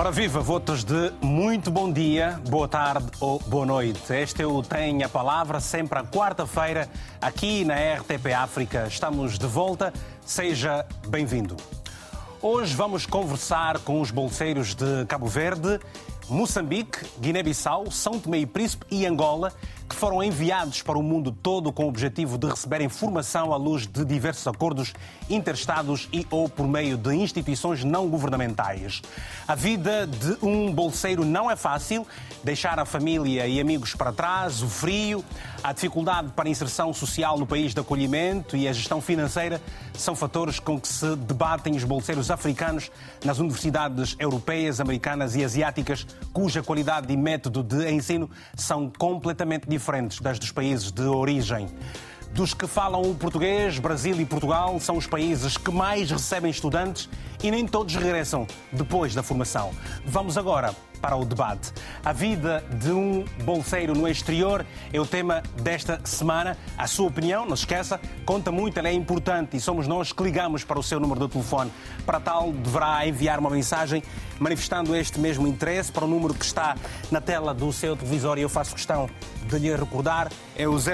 Ora viva, votos de muito bom dia, boa tarde ou boa noite. Este é o Tem a Palavra, sempre à quarta-feira, aqui na RTP África. Estamos de volta, seja bem-vindo. Hoje vamos conversar com os bolseiros de Cabo Verde, Moçambique, Guiné-Bissau, São Tomé e Príncipe e Angola, que foram enviados para o mundo todo com o objetivo de receberem formação à luz de diversos acordos interestados e ou por meio de instituições não governamentais. A vida de um bolseiro não é fácil. Deixar a família e amigos para trás, o frio, a dificuldade para a inserção social no país de acolhimento e a gestão financeira são fatores com que se debatem os bolseiros africanos nas universidades europeias, americanas e asiáticas, cuja qualidade e método de ensino são completamente diferentes das dos países de origem. Dos que falam o português, Brasil e Portugal são os países que mais recebem estudantes e nem todos regressam depois da formação. Vamos agora para o debate. A vida de um bolseiro no exterior é o tema desta semana. A sua opinião, não se esqueça, conta muito, ela é importante e somos nós que ligamos para o seu número de telefone. Para tal, deverá enviar uma mensagem manifestando este mesmo interesse para o número que está na tela do seu televisor e eu faço questão de lhe recordar. É o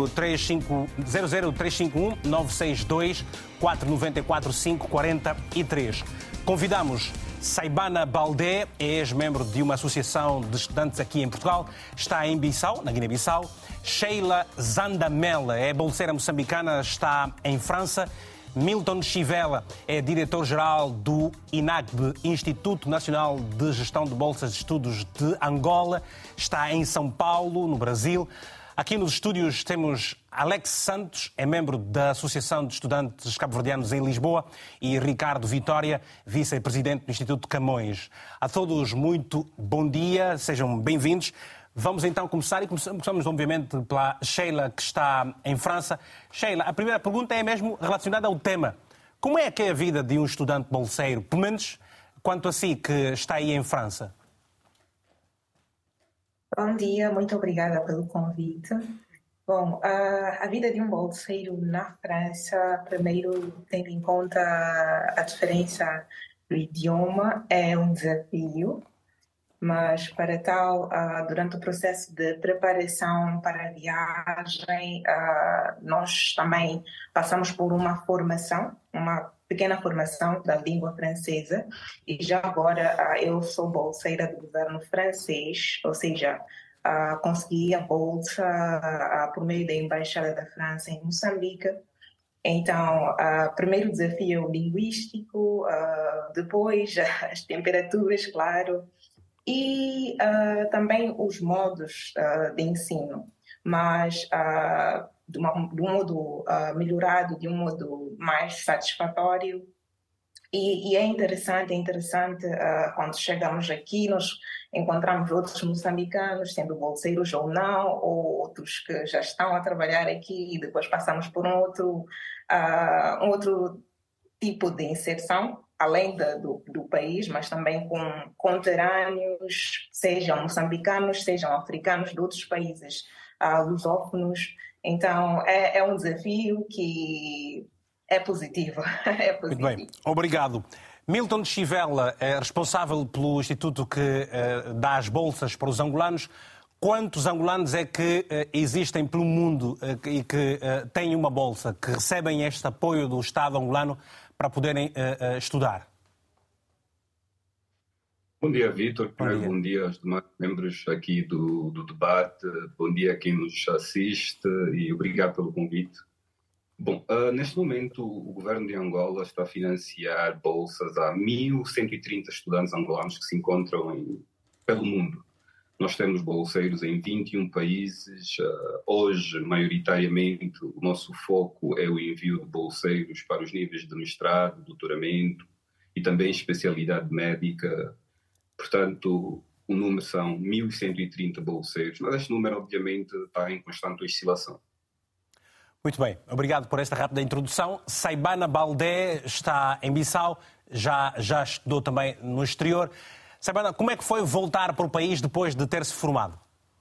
00351 962 494 543. Convidamos Saibana Baldé, é ex-membro de uma associação de estudantes aqui em Portugal, está em Bissau, na Guiné-Bissau. Sheila Zandamela é bolseira moçambicana, está em França. Milton Chivela é diretor-geral do INAGB, Instituto Nacional de Gestão de Bolsas de Estudos de Angola, está em São Paulo, no Brasil. Aqui nos estúdios temos Alex Santos, é membro da Associação de Estudantes Cabo-Verdianos em Lisboa, e Ricardo Vitória, vice-presidente do Instituto Camões. A todos muito bom dia, sejam bem-vindos. Vamos então começar e começamos obviamente pela Sheila, que está em França. Sheila, a primeira pergunta é mesmo relacionada ao tema. Como é que é a vida de um estudante bolseiro, pelo menos quanto a si, que está aí em França? Bom dia, muito obrigada pelo convite. Bom, a vida de um bolseiro na França, primeiro tendo em conta a diferença do idioma, é um desafio, mas para tal, durante o processo de preparação para a viagem, nós também passamos por uma formação, uma pequena formação da língua francesa, e já agora eu sou bolseira do governo francês, ou seja, consegui a bolsa por meio da Embaixada da França em Moçambique. Então, primeiro desafio linguístico, depois as temperaturas, claro, e também os modos de ensino, mas de um modo melhorado, de um modo mais satisfatório. E é interessante quando chegamos aqui, nós encontramos outros moçambicanos, sendo bolseiros ou não, ou outros que já estão a trabalhar aqui, e depois passamos por um outro tipo de inserção, além do país, mas também com conterrâneos, sejam moçambicanos, sejam africanos de outros países lusófonos. Então, é um desafio que é positivo. É positivo. Muito bem, obrigado. Milton Chivela é responsável pelo instituto que dá as bolsas para os angolanos. Quantos angolanos é que existem pelo mundo e que têm uma bolsa, que recebem este apoio do Estado angolano para poderem estudar? Bom dia, Vítor. Bom dia aos demais membros aqui do debate. Bom dia a quem nos assiste e obrigado pelo convite. Bom, neste momento o governo de Angola está a financiar bolsas a 1.130 estudantes angolanos que se encontram pelo mundo. Nós temos bolseiros em 21 países. Hoje, maioritariamente, o nosso foco é o envio de bolseiros para os níveis de mestrado, doutoramento e também especialidade médica. Portanto, o número são 1.130 bolseiros, mas este número, obviamente, está em constante oscilação. Muito bem, obrigado por esta rápida introdução. Saibana Baldé está em Bissau, já estudou também no exterior. Saibana, como é que foi voltar para o país depois de ter se formado?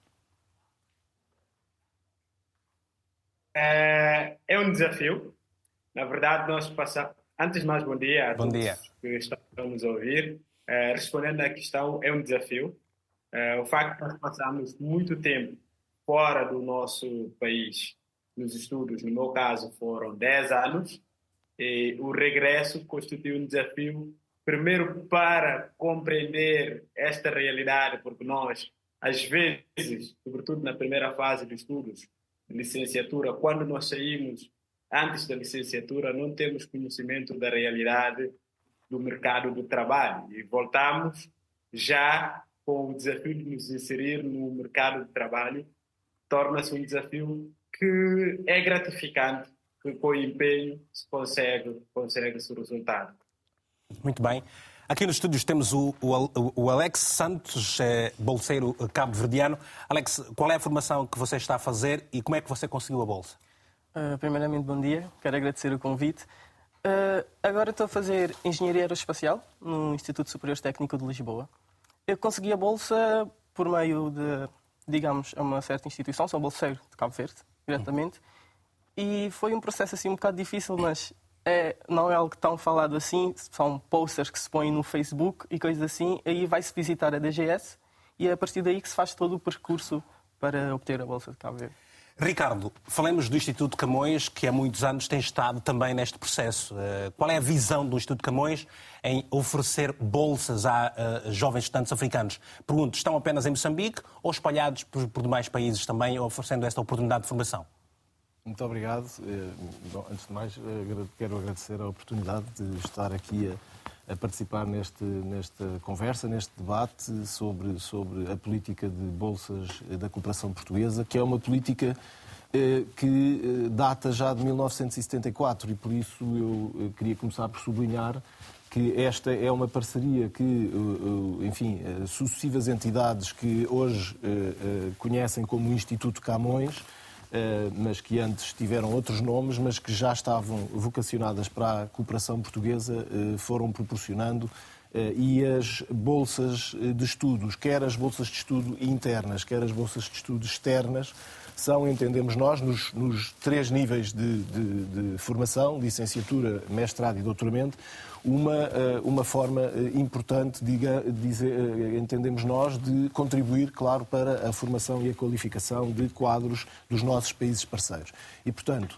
É um desafio. Na verdade, nós passamos... Antes de mais, bom dia a todos que estamos a ouvir. respondendo à questão, é um desafio. O facto de nós passarmos muito tempo fora do nosso país nos estudos, no meu caso, foram 10 anos, e o regresso constitui um desafio, primeiro para compreender esta realidade, porque nós, às vezes, sobretudo na primeira fase de estudos, licenciatura, quando nós saímos antes da licenciatura, não temos conhecimento da realidade do mercado do trabalho e voltamos já com o desafio de nos inserir no mercado de trabalho. Torna-se um desafio que é gratificante, que com empenho se consegue-se o resultado. Muito bem. Aqui nos estúdios temos o Alex Santos, bolseiro cabo-verdiano. Alex, qual é a formação que você está a fazer e como é que você conseguiu a bolsa? Primeiramente, bom dia. Quero agradecer o convite. Agora estou a fazer Engenharia Aeroespacial no Instituto Superior Técnico de Lisboa. Eu consegui a bolsa por meio de, digamos, uma certa instituição, sou bolseiro de Cabo Verde, diretamente. E foi um processo assim um bocado difícil, mas não é algo tão falado assim. São posters que se põem no Facebook e coisas assim. Aí vai-se visitar a DGS e é a partir daí que se faz todo o percurso para obter a bolsa de Cabo Verde. Ricardo, falemos do Instituto Camões, que há muitos anos tem estado também neste processo. Qual é a visão do Instituto Camões em oferecer bolsas a jovens estudantes africanos? Pergunto, estão apenas em Moçambique ou espalhados por demais países também, oferecendo esta oportunidade de formação? Muito obrigado. Bom, antes de mais, quero agradecer a oportunidade de estar aqui a participar nesta conversa, neste debate sobre a política de bolsas da cooperação portuguesa, que é uma política que data já de 1974 e por isso eu queria começar por sublinhar que esta é uma parceria que, enfim, sucessivas entidades que hoje conhecem como Instituto Camões, mas que antes tiveram outros nomes, mas que já estavam vocacionadas para a cooperação portuguesa, foram proporcionando e as bolsas de estudos, quer as bolsas de estudo internas, quer as bolsas de estudo externas, são, entendemos nós, nos 3 níveis de formação, licenciatura, mestrado e doutoramento, uma forma importante, entendemos nós, de contribuir, claro, para a formação e a qualificação de quadros dos nossos países parceiros. E, portanto,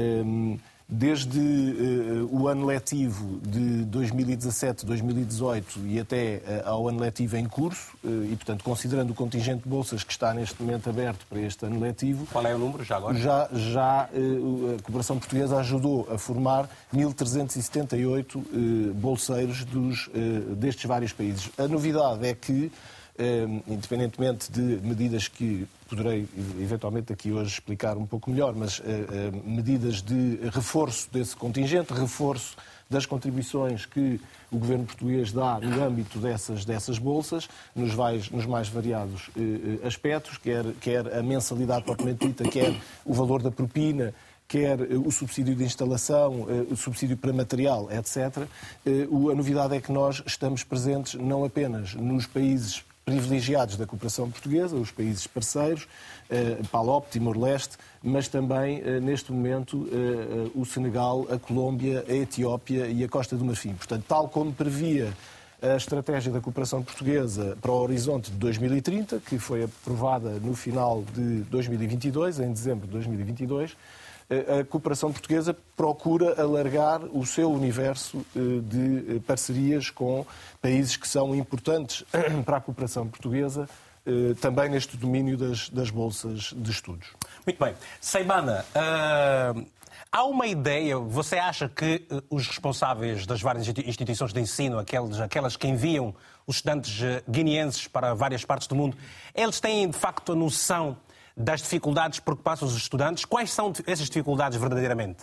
desde o ano letivo de 2017-2018 e até ao ano letivo em curso, e, portanto, considerando o contingente de bolsas que está neste momento aberto para este ano letivo... Qual é o número já agora? Já a cooperação portuguesa ajudou a formar 1.378 bolseiros destes vários países. A novidade é que, independentemente de medidas que poderei eventualmente aqui hoje explicar um pouco melhor, mas medidas de reforço desse contingente, reforço das contribuições que o governo português dá no âmbito dessas bolsas, nos mais variados aspectos, quer a mensalidade propriamente dita, quer o valor da propina, quer o subsídio de instalação, o subsídio para material, etc. A novidade é que nós estamos presentes não apenas nos países privilegiados da cooperação portuguesa, os países parceiros, PALOP, Timor-Leste, mas também, neste momento, o Senegal, a Colômbia, a Etiópia e a Costa do Marfim. Portanto, tal como previa a estratégia da cooperação portuguesa para o horizonte de 2030, que foi aprovada no final de 2022, em dezembro de 2022, a cooperação portuguesa procura alargar o seu universo de parcerias com países que são importantes para a cooperação portuguesa, também neste domínio das bolsas de estudos. Muito bem. Seimana, há uma ideia, você acha que os responsáveis das várias instituições de ensino, aquelas que enviam os estudantes guineenses para várias partes do mundo, eles têm de facto a noção das dificuldades por que passam os estudantes? Quais são essas dificuldades verdadeiramente?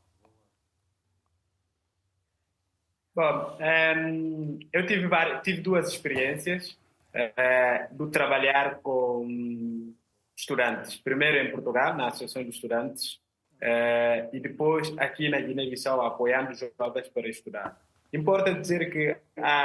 Bom, eu tive 2 experiências de trabalhar com estudantes. Primeiro em Portugal, na Associação dos Estudantes, e depois aqui na Guiné-Bissau, apoiando jovens para estudar. Importa dizer que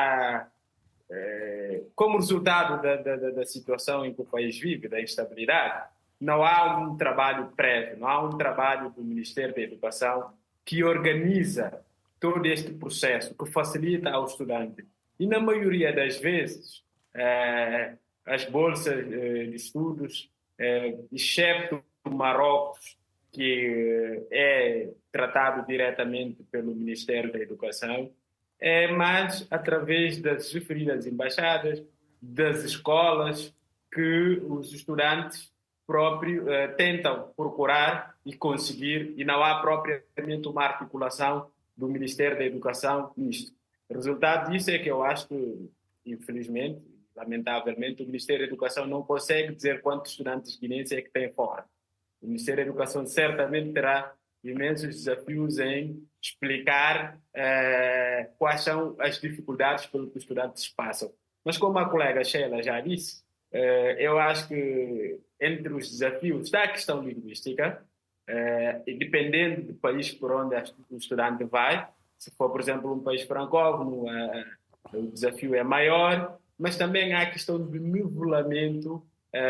como resultado da situação em que o país vive, da instabilidade, não há um trabalho prévio, não há um trabalho do Ministério da Educação que organiza todo este processo, que facilita ao estudante E na maioria das vezes, as bolsas de estudos, exceto Marrocos, que é tratado diretamente pelo Ministério da Educação, mas através das referidas embaixadas, das escolas, que os estudantes próprios tentam procurar e conseguir, e não há propriamente uma articulação do Ministério da Educação nisto. O resultado disso é que eu acho que, infelizmente, lamentavelmente, o Ministério da Educação não consegue dizer quantos estudantes guineenses é que tem fora. O Ministério da Educação certamente terá imensos desafios em explicar quais são as dificuldades pelo que os estudantes passam. Mas como a colega Sheila já disse, eu acho que entre os desafios está a questão linguística, e dependendo do país por onde o estudante vai. Se for, por exemplo, um país francófono, o desafio maior, mas também há a questão do nivelamento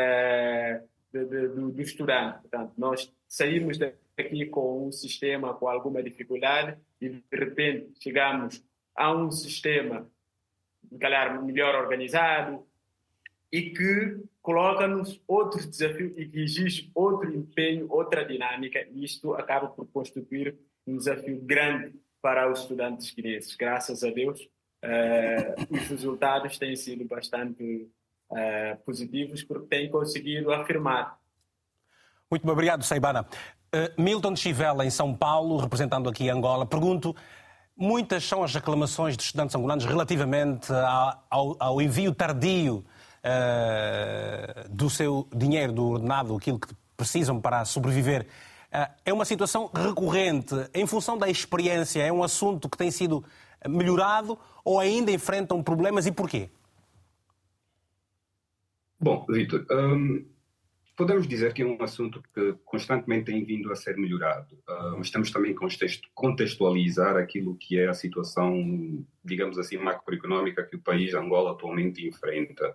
do estudante. Portanto, nós saímos daqui com um sistema com alguma dificuldade e, de repente, chegamos a um sistema, calhar, melhor organizado e que coloca-nos outros desafios e que exige outro empenho, outra dinâmica, e isto acaba por constituir um desafio grande para os estudantes guineenses. Graças a Deus, os resultados têm sido bastante positivos porque têm conseguido afirmar. Muito obrigado, Seibana. Milton Chivela, em São Paulo, representando aqui Angola, pergunto, muitas são as reclamações dos estudantes angolanos relativamente ao envio tardio do seu dinheiro, do ordenado, aquilo que precisam para sobreviver. É uma situação recorrente. Em função da experiência, é um assunto que tem sido melhorado ou ainda enfrentam problemas e porquê? Bom, Vítor, podemos dizer que é um assunto que constantemente tem vindo a ser melhorado, mas temos também que contextualizar aquilo que é a situação, digamos assim, macroeconómica que o país Angola atualmente enfrenta.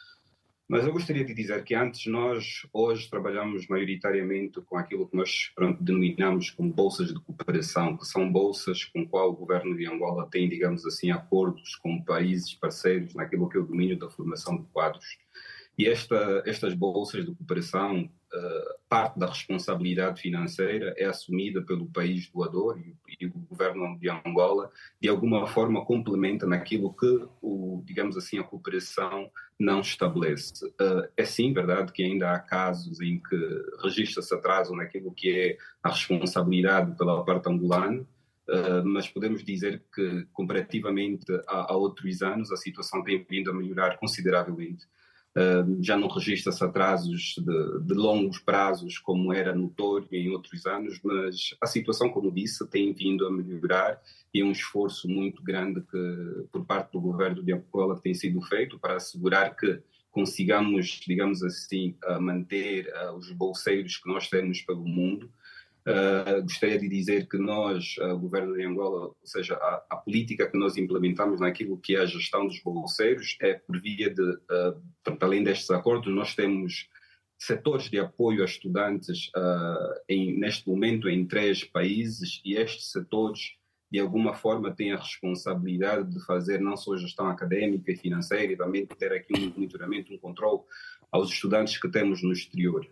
Mas eu gostaria de dizer que antes nós hoje trabalhamos maioritariamente com aquilo que nós denominamos como bolsas de cooperação, que são bolsas com qual o governo de Angola tem, digamos assim, acordos com países parceiros naquilo que é o domínio da formação de quadros. E estas bolsas de cooperação, parte da responsabilidade financeira é assumida pelo país doador e o governo de Angola, de alguma forma, complementa naquilo que, digamos assim, a cooperação não estabelece. É sim verdade que ainda há casos em que registra-se atraso naquilo que é a responsabilidade pela parte angolana, mas podemos dizer que, comparativamente a outros anos, a situação tem vindo a melhorar consideravelmente. Já não registra-se atrasos de longos prazos como era notório em outros anos, mas a situação, como disse, tem vindo a melhorar e é um esforço muito grande que, por parte do governo de Angola, tem sido feito para assegurar que consigamos, digamos assim, manter os bolseiros que nós temos pelo mundo. Gostaria de dizer que nós, o governo de Angola, ou seja, a política que nós implementamos naquilo que é a gestão dos bolseiros é por via de, além destes acordos, nós temos setores de apoio a estudantes neste momento em 3 países e estes setores de alguma forma têm a responsabilidade de fazer não só a gestão académica e financeira e também ter aqui um monitoramento, um controle aos estudantes que temos no exterior.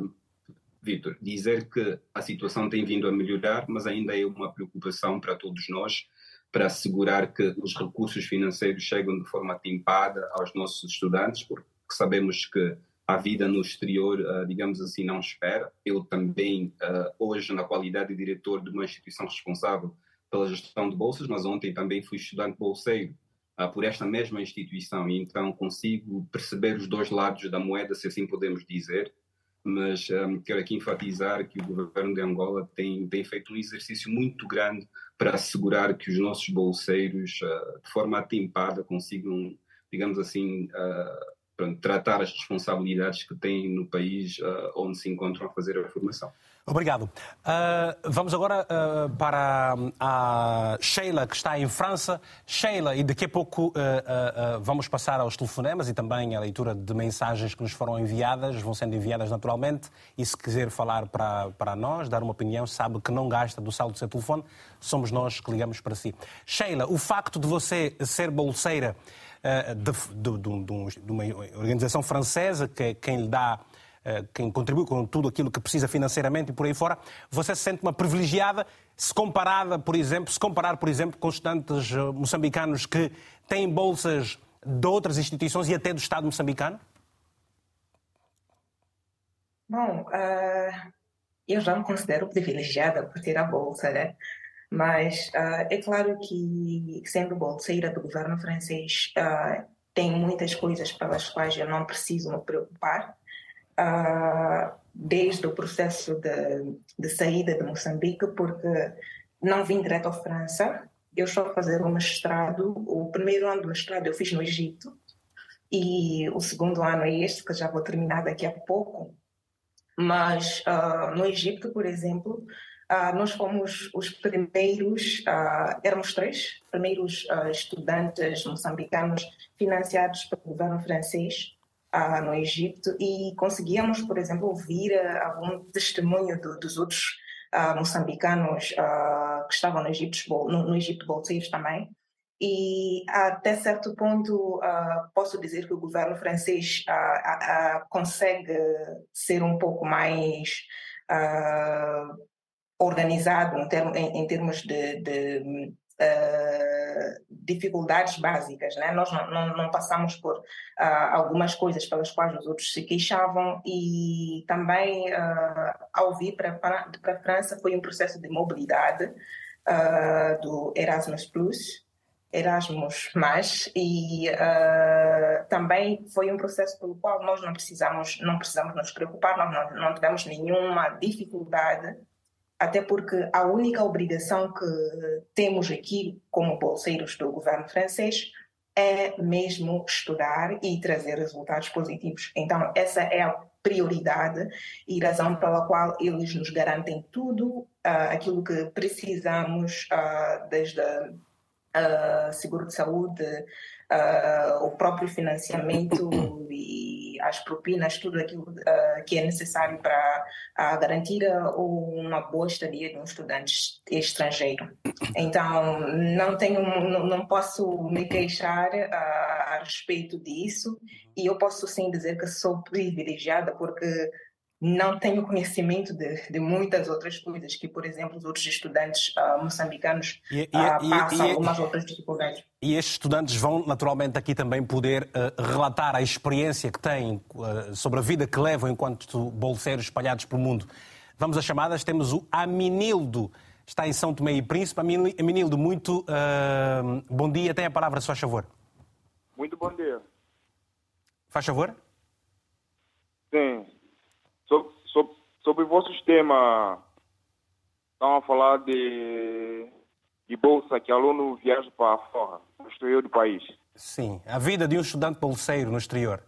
Vítor, dizer que a situação tem vindo a melhorar, mas ainda é uma preocupação para todos nós, para assegurar que os recursos financeiros chegam de forma atempada aos nossos estudantes, porque sabemos que a vida no exterior, digamos assim, não espera. Eu também, hoje, na qualidade de diretor de uma instituição responsável pela gestão de bolsas, mas ontem também fui estudante bolseiro por esta mesma instituição, e então consigo perceber os dois lados da moeda, se assim podemos dizer. Mas quero aqui enfatizar que o governo de Angola tem feito um exercício muito grande para assegurar que os nossos bolseiros, de forma atempada, consigam, digamos assim, tratar as responsabilidades que têm no país onde se encontram a fazer a formação. Obrigado. Vamos agora para a Sheila, que está em França. Sheila, e daqui a pouco vamos passar aos telefonemas e também à leitura de mensagens que nos foram enviadas, vão sendo enviadas naturalmente, e se quiser falar para nós, dar uma opinião, sabe que não gasta do saldo do seu telefone, somos nós que ligamos para si. Sheila, o facto de você ser bolseira de uma organização francesa, que é quem lhe dá, quem contribui com tudo aquilo que precisa financeiramente e por aí fora, você se sente uma privilegiada se comparar, por exemplo, com estudantes moçambicanos que têm bolsas de outras instituições e até do Estado moçambicano? Bom, eu já me considero privilegiada por ter a bolsa, né? Mas é claro que, sendo bolseira do governo francês, tem muitas coisas pelas quais eu não preciso me preocupar. Desde o processo de saída de Moçambique, porque não vim direto à França. Eu estou a fazer um mestrado. O primeiro ano do mestrado eu fiz no Egito e o segundo ano é este, que já vou terminar daqui a pouco. Mas no Egito, por exemplo, nós fomos os primeiros, éramos 3 primeiros estudantes moçambicanos financiados pelo governo francês no Egito, e conseguíamos, por exemplo, ouvir algum testemunho dos outros moçambicanos que estavam no Egito bolseiros também. E até certo ponto posso dizer que o governo francês consegue ser um pouco mais organizado em termos de dificuldades básicas, né? Nós não passamos por algumas coisas pelas quais os outros se queixavam, e também ao vir para a França foi um processo de mobilidade do Erasmus+, e também foi um processo pelo qual nós não precisamos nos preocupar, nós não tivemos nenhuma dificuldade, até porque a única obrigação que temos aqui como bolseiros do governo francês é mesmo estudar e trazer resultados positivos. Então essa é a prioridade e razão pela qual eles nos garantem tudo aquilo que precisamos, desde seguro de saúde, o próprio financiamento e as propinas, tudo aquilo que é necessário para garantir uma boa estadia de um estudante estrangeiro. Então, não posso me queixar a respeito disso, e eu posso sim dizer que sou privilegiada porque não tenho conhecimento de muitas outras coisas que, por exemplo, os outros estudantes moçambicanos passam algumas outras dificuldades. E estes estudantes vão, naturalmente, aqui também poder relatar a experiência que têm sobre a vida que levam enquanto bolseiros espalhados pelo mundo. Vamos às chamadas. Temos o Aminildo, está em São Tomé e Príncipe. Aminildo, muito bom dia. Tem a palavra, se faz favor. Muito bom dia. Faz favor? Sim. Sobre o vosso tema, estão a falar de bolsa, que aluno viaja para fora, no exterior do país. Sim, a vida de um estudante bolseiro no exterior.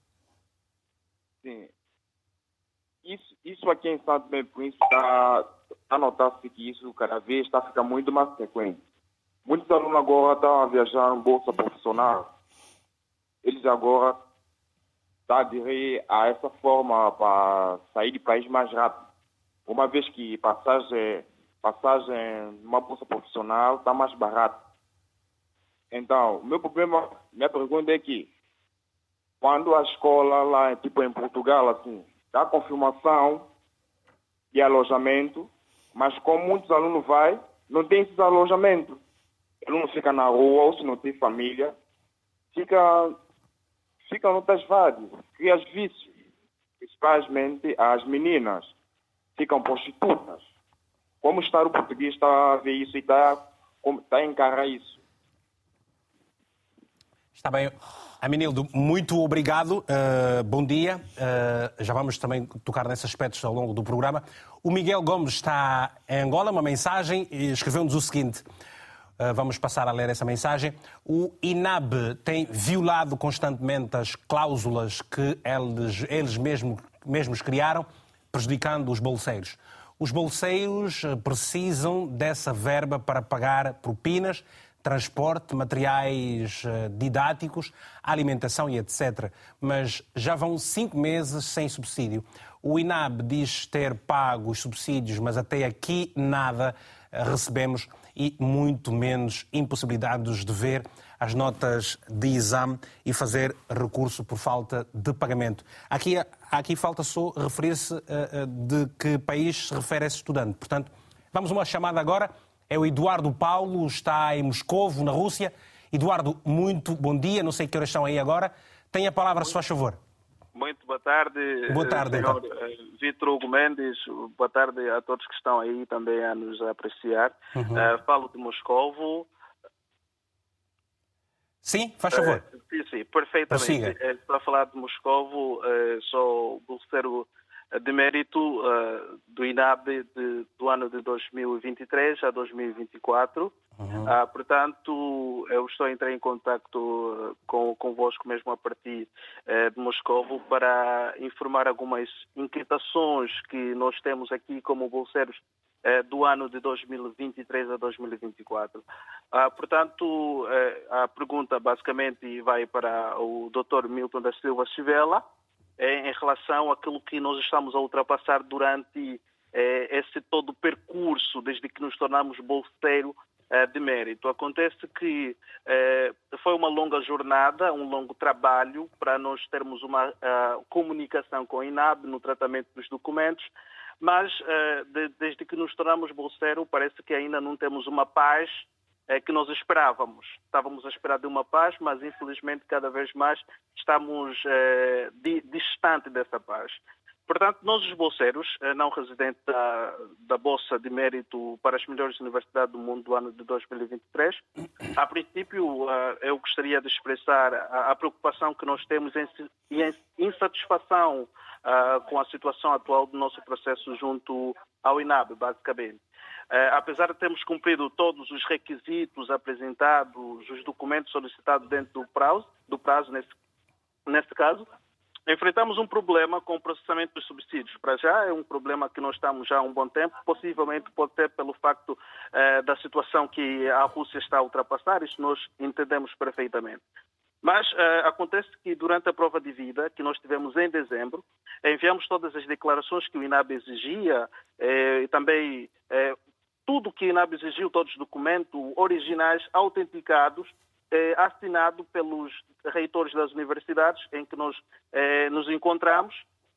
Sim. Isso aqui em São Tomé e Príncipe está a notar-se que isso cada vez está a ficar muito mais frequente. Muitos alunos agora estão a viajar em bolsa profissional. Eles agora está a aderir a essa forma para sair do país mais rápido. Uma vez que passagem numa bolsa profissional está mais barata. Então, minha pergunta é que quando a escola lá, tipo em Portugal, assim, dá confirmação de alojamento, mas como muitos alunos não tem esses alojamentos. O aluno fica na rua, ou se não tem família, fica noutras várias, cria vícios. Principalmente as meninas ficam prostitutas. Como o Estado português está a ver isso e está a encarar isso? Está bem. Aminildo, muito obrigado. Bom dia. Já vamos também tocar nesses aspectos ao longo do programa. O Miguel Gomes está em Angola, uma mensagem, e escreveu-nos o seguinte. Vamos passar a ler essa mensagem. O INAB tem violado constantemente as cláusulas que eles mesmos criaram, prejudicando os bolseiros. Os bolseiros precisam dessa verba para pagar propinas, transporte, materiais didáticos, alimentação e etc. Mas já vão 5 meses sem subsídio. O INAB diz ter pago os subsídios, mas até aqui nada recebemos e muito menos impossibilidades de ver as notas de exame e fazer recurso por falta de pagamento. Aqui falta só referir-se de que país se refere esse estudante. Portanto, vamos a uma chamada agora. É o Eduardo Paulo, está em Moscovo, na Rússia. Eduardo, muito bom dia. Não sei que horas estão aí agora. Tem a palavra, se faz favor. Muito boa tarde. Boa tarde, senhor então. Vítor Hugo Mendes. Boa tarde a todos que estão aí também a nos apreciar. Falo de Moscovo. Sim, faz favor. Sim, perfeitamente. Estou a falar de Moscovo. Sou bolseiro de mérito do INAB do ano de 2023 a 2024. Portanto, eu estou a entrar em contacto convosco mesmo a partir de Moscovo para informar algumas inquietações que nós temos aqui como bolseiros do ano de 2023 a 2024. Portanto, a pergunta basicamente vai para o Dr. Milton da Silva Chivela em relação àquilo que nós estamos a ultrapassar durante esse todo o percurso, desde que nos tornamos bolseiro de mérito. Acontece que foi uma longa jornada, um longo trabalho para nós termos uma comunicação com a INAB no tratamento dos documentos, mas desde que nos tornamos bolseiro parece que ainda não temos uma paz que nós esperávamos. Estávamos a esperar de uma paz, mas infelizmente cada vez mais estamos distante dessa paz. Portanto, nós os bolseiros, não residentes da Bolsa de Mérito para as melhores universidades do mundo do ano de 2023, a princípio eu gostaria de expressar a preocupação que nós temos e a insatisfação com a situação atual do nosso processo junto ao INAB, basicamente. Apesar de termos cumprido todos os requisitos apresentados, os documentos solicitados dentro do prazo nesse caso, enfrentamos um problema com o processamento dos subsídios. Para já é um problema que nós estamos já há um bom tempo, possivelmente pode ser pelo facto da situação que a Rússia está a ultrapassar, isso nós entendemos perfeitamente. Mas acontece que durante a prova de vida que nós tivemos em dezembro, enviamos todas as declarações que o INAB exigia e também tudo que o INAB exigiu, todos os documentos originais, autenticados, assinado pelos reitores das universidades em que nós nos encontramos,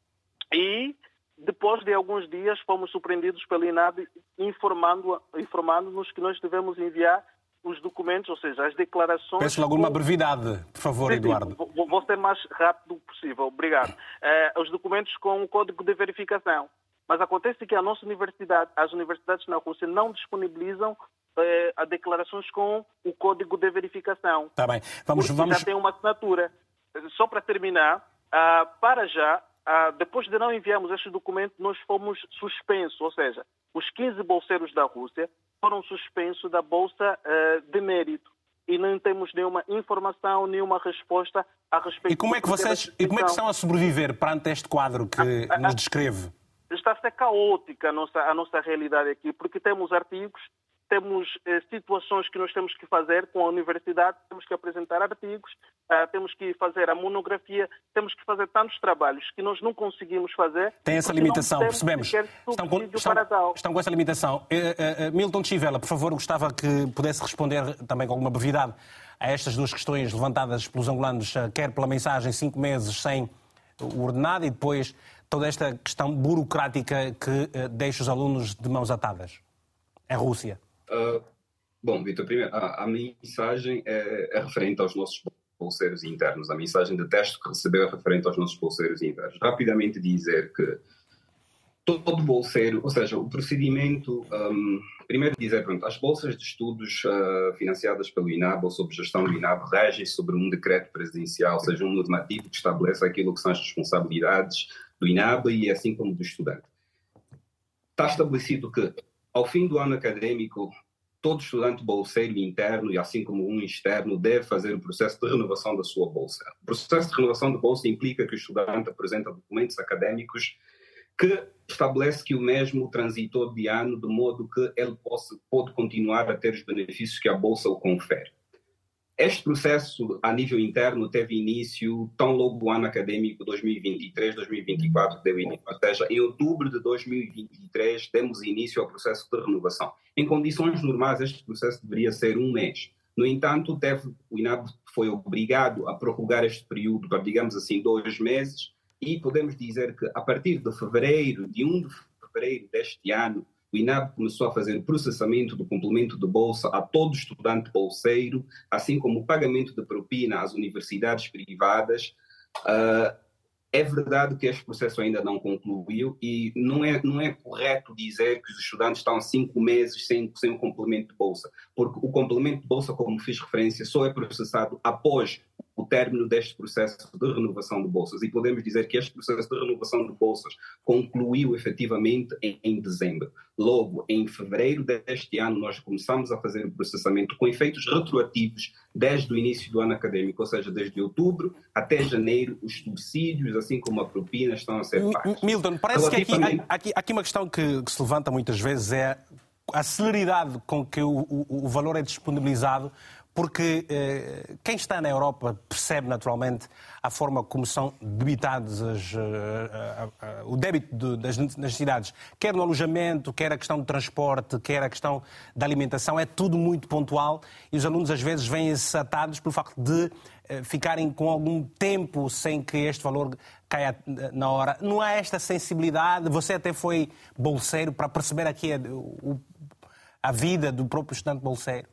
e depois de alguns dias fomos surpreendidos pelo INAB informando-nos que nós devemos enviar os documentos, ou seja, as declarações... Peço alguma brevidade, por favor, Eduardo. Vou ser mais rápido possível, obrigado. Os documentos com o código de verificação. Mas acontece que a nossa universidade, as universidades na Rússia não disponibilizam as declarações com o código de verificação. Está bem. Vamos... Já tem uma assinatura. Só para terminar, para já, depois de não enviarmos estes documentos, nós fomos suspensos, ou seja, os 15 bolseiros da Rússia foram suspensos da Bolsa de Mérito. E não temos nenhuma informação, nenhuma resposta a respeito... E como é que estão a sobreviver perante este quadro que nos descreve? Está a ser caótica a nossa realidade aqui, porque temos artigos, temos situações que nós temos que fazer com a universidade, temos que apresentar artigos, temos que fazer a monografia, temos que fazer tantos trabalhos que nós não conseguimos fazer. Tem essa limitação, percebemos. Estão com essa limitação. Milton Chivela, por favor, gostava que pudesse responder também com alguma brevidade a estas duas questões levantadas pelos angolanos, quer pela mensagem 5 meses sem o ordenado e depois toda esta questão burocrática que deixa os alunos de mãos atadas. É Rússia. Bom, Vítor, primeiro, a mensagem é referente aos nossos bolseiros internos. A mensagem de texto que recebeu é referente aos nossos bolseiros internos. Rapidamente dizer que todo bolseiro, ou seja, o procedimento... primeiro dizer, pronto, as bolsas de estudos financiadas pelo INAB ou sob gestão do INAB regem sobre um decreto presidencial, ou seja, um normativo que estabelece aquilo que são as responsabilidades do INAB e assim como do estudante. Está estabelecido que, ao fim do ano académico, todo estudante bolseiro interno, e assim como um externo, deve fazer o processo de renovação da sua bolsa. O processo de renovação de bolsa implica que o estudante apresenta documentos académicos que estabelece que o mesmo transitou de ano, de modo que ele pode continuar a ter os benefícios que a bolsa o confere. Este processo, a nível interno, teve início tão logo o ano acadêmico 2023-2024 deu início. Ou seja, em outubro de 2023 demos início ao processo de renovação. Em condições normais, este processo deveria ser um mês. No entanto, o INAB foi obrigado a prorrogar este período para, digamos assim, 2 meses, e podemos dizer que, a partir de 1 de fevereiro deste ano, o INAB começou a fazer o processamento do complemento de bolsa a todo estudante bolseiro, assim como o pagamento de propina às universidades privadas. É verdade que este processo ainda não concluiu e não é correto dizer que os estudantes estão 5 meses sem o complemento de bolsa, porque o complemento de bolsa, como fiz referência, só é processado após o término deste processo de renovação de bolsas. E podemos dizer que este processo de renovação de bolsas concluiu efetivamente em dezembro. Logo, em fevereiro deste ano, nós começamos a fazer o processamento com efeitos retroativos desde o início do ano acadêmico, ou seja, desde outubro até janeiro, os subsídios, assim como a propina, estão a ser pagos. Milton, parece que aqui uma questão que se levanta muitas vezes é a celeridade com que o valor é disponibilizado, porque quem está na Europa percebe naturalmente a forma como são debitados o débito das necessidades, quer no alojamento, quer a questão do transporte, quer a questão da alimentação, é tudo muito pontual e os alunos às vezes vêm-se atados pelo facto de ficarem com algum tempo sem que este valor caia na hora. Não há esta sensibilidade? Você até foi bolseiro para perceber aqui a vida do próprio estudante bolseiro?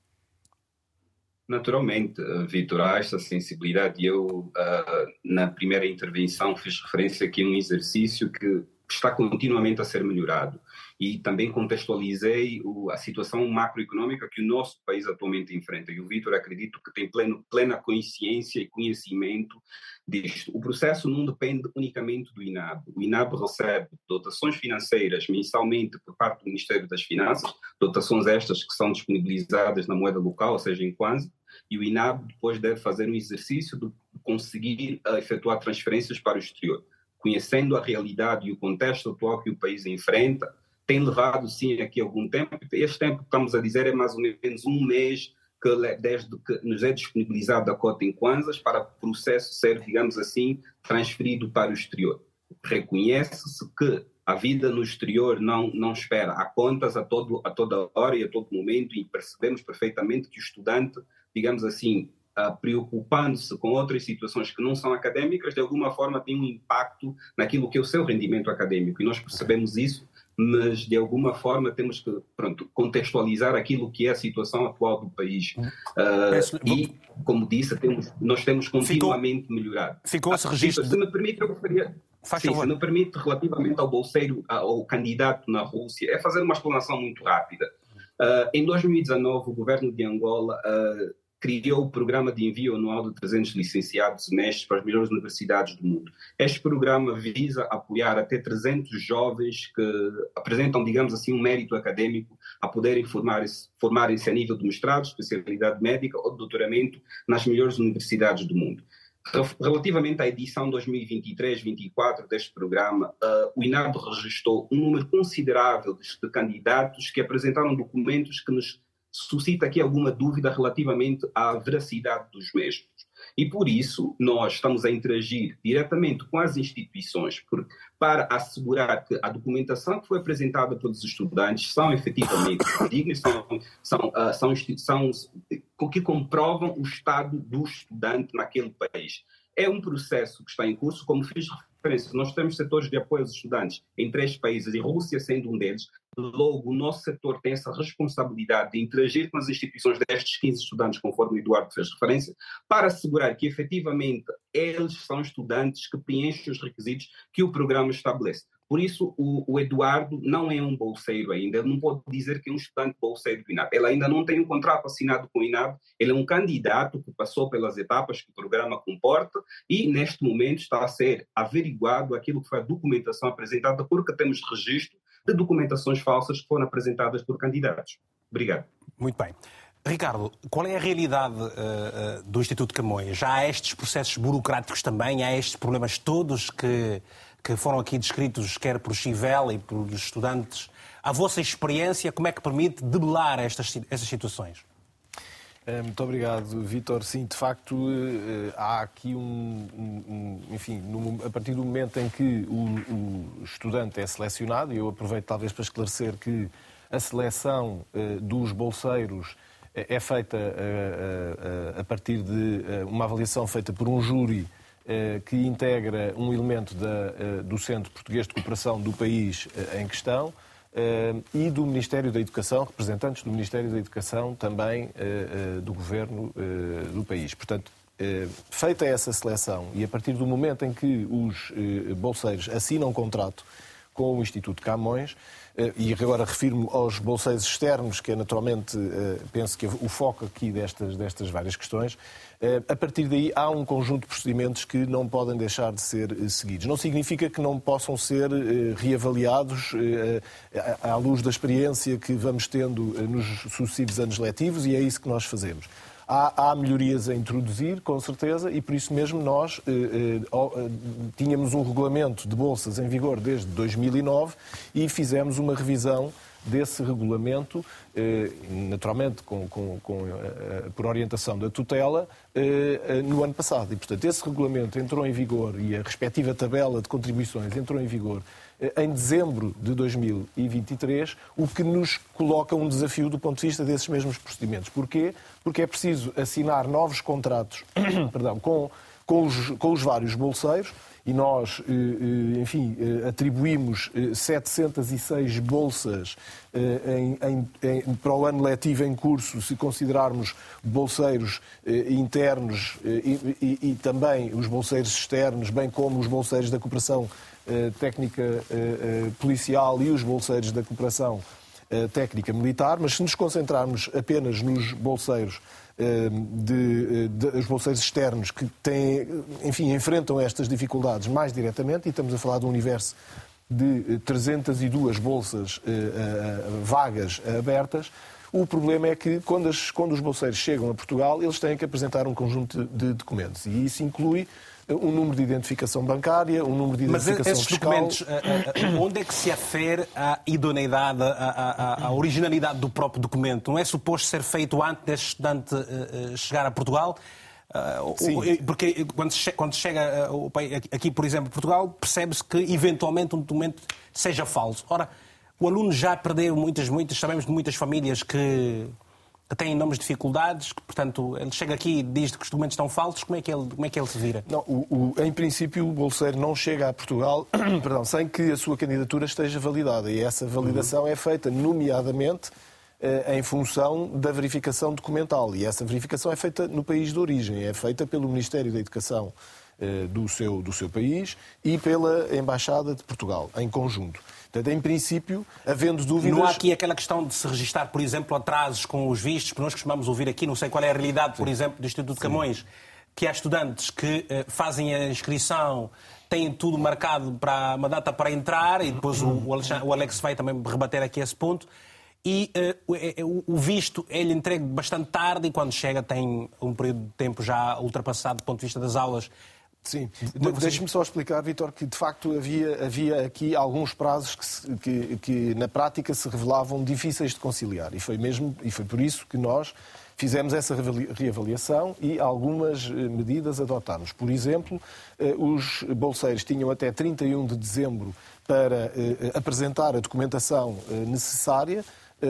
Naturalmente, Vítor, há esta sensibilidade. Eu, na primeira intervenção, fiz referência aqui a um exercício que está continuamente a ser melhorado e também contextualizei a situação macroeconómica que o nosso país atualmente enfrenta. E o Vítor, acredito que tem plena consciência e conhecimento disto. O processo não depende unicamente do INAB. O INAB recebe dotações financeiras mensalmente por parte do Ministério das Finanças, dotações estas que são disponibilizadas na moeda local, ou seja, em Kwanza, e o INAB depois deve fazer um exercício de conseguir efetuar transferências para o exterior. Conhecendo a realidade e o contexto atual que o país enfrenta, tem levado, sim, aqui algum tempo. Este tempo que estamos a dizer é mais ou menos um mês desde que nos é disponibilizado a cota em Kwanzas para o processo ser, digamos assim, transferido para o exterior. Reconhece-se que a vida no exterior não espera. Há contas a toda hora e a todo momento e percebemos perfeitamente que o estudante, digamos assim, preocupando-se com outras situações que não são académicas, de alguma forma tem um impacto naquilo que é o seu rendimento académico. E nós percebemos isso, mas de alguma forma temos que contextualizar aquilo que é a situação atual do país. E, como disse, nós temos continuamente melhorado. Ficou esse registro. Se me permite, eu gostaria... Se me permite, relativamente ao bolseiro, ao candidato na Rússia, é fazer uma explanação muito rápida. Em 2019, o governo de Angola criou o programa de envio anual de 300 licenciados mestres para as melhores universidades do mundo. Este programa visa apoiar até 300 jovens que apresentam, digamos assim, um mérito académico a poderem formarem-se a nível de mestrado, especialidade médica ou de doutoramento nas melhores universidades do mundo. Relativamente à edição 2023-24 deste programa, o INAB registrou um número considerável de candidatos que apresentaram documentos que nos suscita aqui alguma dúvida relativamente à veracidade dos mesmos. E por isso nós estamos a interagir diretamente com as instituições para assegurar que a documentação que foi apresentada pelos estudantes são efetivamente dignas, são que comprovam o estado do estudante naquele país. É um processo que está em curso, como fiz referência, nós temos setores de apoio aos estudantes em 3 países, e Rússia sendo um deles. Logo, o nosso setor tem essa responsabilidade de interagir com as instituições destes 15 estudantes, conforme o Eduardo fez referência, para assegurar que, efetivamente, eles são estudantes que preenchem os requisitos que o programa estabelece. Por isso, o Eduardo não é um bolseiro ainda, ele não pode dizer que é um estudante bolseiro do INAB. Ele ainda não tem um contrato assinado com o INAB, ele é um candidato que passou pelas etapas que o programa comporta e, neste momento, está a ser averiguado aquilo que foi a documentação apresentada, porque temos registro de documentações falsas que foram apresentadas por candidatos. Obrigado. Muito bem. Ricardo, qual é a realidade do Instituto Camões? Já há estes processos burocráticos também? Há estes problemas todos que foram aqui descritos, quer por Chivel e por estudantes? A vossa experiência, como é que permite debelar essas situações? Muito obrigado, Vítor. Sim, de facto, há aqui enfim, a partir do momento em que o estudante é selecionado, e eu aproveito talvez para esclarecer que a seleção dos bolseiros é feita a partir de uma avaliação feita por um júri que integra um elemento do Centro Português de Cooperação do país em questão e do Ministério da Educação, representantes do Ministério da Educação também do Governo do país. Portanto, feita essa seleção e a partir do momento em que os bolseiros assinam um contrato com o Instituto Camões, e agora refiro-me aos bolseiros externos, que é naturalmente, penso que o foco aqui destas várias questões, a partir daí há um conjunto de procedimentos que não podem deixar de ser seguidos. Não significa que não possam ser reavaliados à luz da experiência que vamos tendo nos sucessivos anos letivos, e é isso que nós fazemos. Há melhorias a introduzir, com certeza, e por isso mesmo nós tínhamos um regulamento de bolsas em vigor desde 2009 e fizemos uma revisão desse regulamento, naturalmente por orientação da tutela, no ano passado. E, portanto, esse regulamento entrou em vigor e a respectiva tabela de contribuições entrou em vigor em dezembro de 2023, o que nos coloca um desafio do ponto de vista desses mesmos procedimentos. Porquê? Porque é preciso assinar novos contratos com os vários bolseiros, e nós, enfim, atribuímos 706 bolsas para o ano letivo em curso, se considerarmos bolseiros internos e também os bolseiros externos, bem como os bolseiros da cooperação técnica policial e os bolseiros da cooperação técnica militar, mas se nos concentrarmos apenas nos bolseiros os bolseiros externos que enfrentam estas dificuldades mais diretamente, e estamos a falar de um universo de 302 bolsas vagas abertas, o problema é que quando os bolseiros chegam a Portugal, eles têm que apresentar um conjunto de documentos, e isso inclui um número de identificação bancária, um número de identificação fiscal. Mas esses documentos, onde é que se afere a idoneidade, a originalidade do próprio documento? Não é suposto ser feito antes desse estudante chegar a Portugal? Sim. Porque quando chega aqui, por exemplo, a Portugal, percebe-se que eventualmente um documento seja falso. Ora, o aluno já perdeu sabemos de muitas famílias que têm enormes dificuldades, que, portanto, ele chega aqui e diz que os documentos estão falsos, como é que ele se vira? Não, em princípio, o bolseiro não chega a Portugal sem que a sua candidatura esteja validada, e essa validação é feita, nomeadamente, em função da verificação documental, e essa verificação é feita no país de origem, é feita pelo Ministério da Educação do seu país e pela Embaixada de Portugal, em conjunto. Portanto, em princípio, havendo dúvidas... Não há aqui aquela questão de se registrar, por exemplo, atrasos com os vistos, porque nós costumamos ouvir aqui, não sei qual é a realidade, por exemplo, do Instituto Camões, que há estudantes que fazem a inscrição, têm tudo marcado para uma data para entrar, e depois o Alex vai também rebater aqui esse ponto, e o visto é-lhe entregue bastante tarde, e quando chega tem um período de tempo já ultrapassado do ponto de vista das aulas. Sim. Deixe-me só explicar, Vítor, que de facto havia aqui alguns prazos que na prática se revelavam difíceis de conciliar. E foi por isso que nós fizemos essa reavaliação e algumas medidas adotámos. Por exemplo, os bolseiros tinham até 31 de dezembro para apresentar a documentação necessária.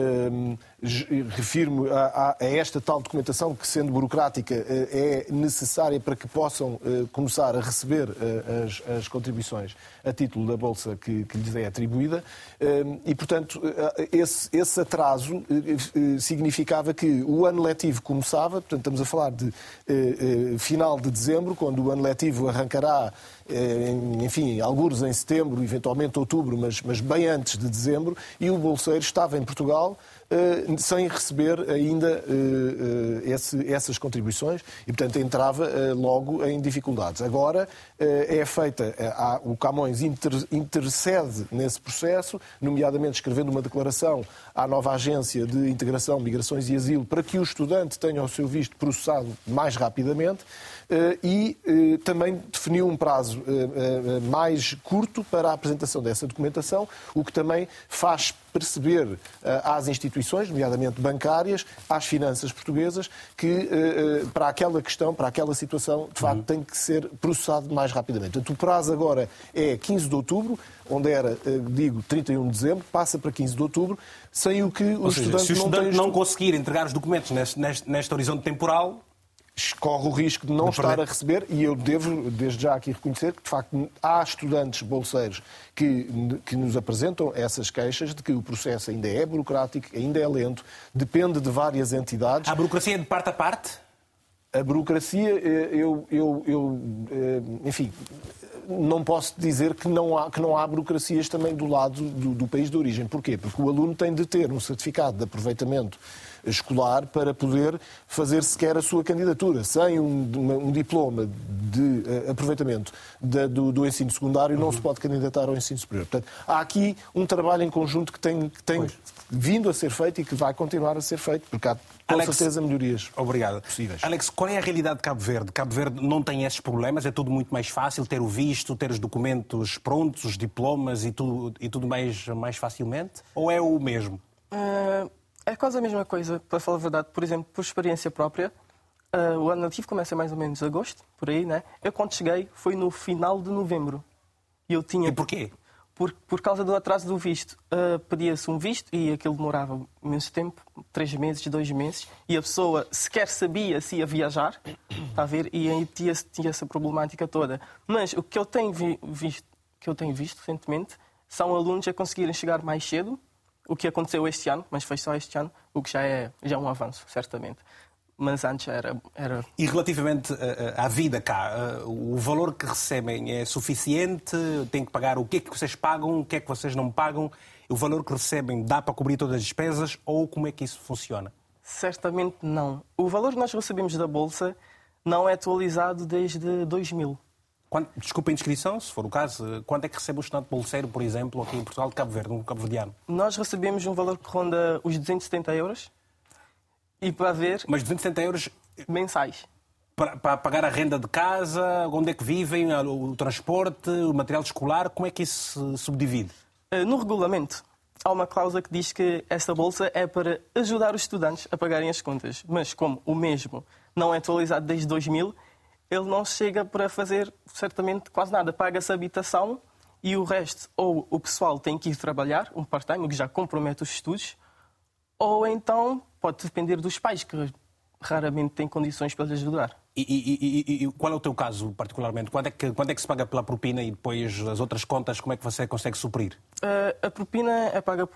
Refiro-me a esta tal documentação que, sendo burocrática, é necessária para que possam começar a receber as contribuições a título da bolsa que lhes é atribuída, e, portanto, esse atraso significava que o ano letivo começava, portanto, estamos a falar de final de dezembro, quando o ano letivo arrancará, enfim, algures em setembro, eventualmente outubro, mas bem antes de dezembro, e o bolseiro estava em Portugal sem receber ainda essas contribuições e, portanto, entrava logo em dificuldades. Agora é feita, o Camões intercede nesse processo, nomeadamente escrevendo uma declaração à nova Agência de Integração, Migrações e Asilo para que o estudante tenha o seu visto processado mais rapidamente e também definiu um prazo mais curto para a apresentação dessa documentação, o que também faz perceber às instituições, nomeadamente bancárias, às finanças portuguesas, que para aquela questão, para aquela situação, de facto, tem que ser processado mais rapidamente. Portanto, o prazo agora é 15 de outubro, onde era, 31 de dezembro, passa para 15 de outubro, sem o que o estudante se o estudante não conseguir entregar os documentos neste horizonte temporal, corre o risco de não estar a receber, e eu devo, desde já aqui, reconhecer que, de facto, há estudantes bolseiros que nos apresentam essas queixas de que o processo ainda é burocrático, ainda é lento, depende de várias entidades. A burocracia é de parte a parte? A burocracia, enfim, não posso dizer que não há burocracias também do lado do país de origem. Porquê? Porque o aluno tem de ter um certificado de aproveitamento escolar para poder fazer sequer a sua candidatura. Sem um diploma de aproveitamento do ensino secundário, não se pode candidatar ao ensino superior. Portanto, há aqui um trabalho em conjunto que tem vindo a ser feito e que vai continuar a ser feito, porque há, com certeza, melhorias possíveis. Alex, qual é a realidade de Cabo Verde? Cabo Verde não tem esses problemas, é tudo muito mais fácil ter o visto, ter os documentos prontos, os diplomas e tudo mais facilmente? Ou é o mesmo? É quase a mesma coisa, para falar a verdade. Por exemplo, por experiência própria, o ano letivo começa mais ou menos em agosto, por aí, né? Eu, quando cheguei, foi no final de novembro. E porquê? Por causa do atraso do visto. Pedia-se um visto e aquilo demorava imenso tempo, 3 meses, 2 meses, e a pessoa sequer sabia se ia viajar, está a ver? E aí tinha essa problemática toda. Mas o que eu tenho visto recentemente são alunos a conseguirem chegar mais cedo, o que aconteceu este ano, mas foi só este ano, o que já é um avanço, certamente. Mas antes era... E relativamente à vida cá, o valor que recebem é suficiente? Tem que pagar o que é que vocês pagam, o que é que vocês não pagam? O valor que recebem dá para cobrir todas as despesas ou como é que isso funciona? Certamente não. O valor que nós recebemos da Bolsa não é atualizado desde 2000. Desculpa a indiscrição, se for o caso, quanto é que recebe um estudante bolseiro, por exemplo, aqui em Portugal, de Cabo Verde, um cabo-verdiano? Nós recebemos um valor que ronda os 270 euros. E para ver... Mas 270 euros... Mensais. Para pagar a renda de casa, onde é que vivem, o transporte, o material escolar, como é que isso se subdivide? No regulamento, há uma cláusula que diz que esta bolsa é para ajudar os estudantes a pagarem as contas. Mas como o mesmo não é atualizado desde 2000... ele não chega para fazer, certamente, quase nada. Paga-se a habitação e o resto, ou o pessoal tem que ir trabalhar, um part-time, o que já compromete os estudos, ou então pode depender dos pais, que raramente têm condições para lhes ajudar. E qual é o teu caso, particularmente? Quando é que se paga pela propina e depois as outras contas, como é que você consegue suprir? A propina é paga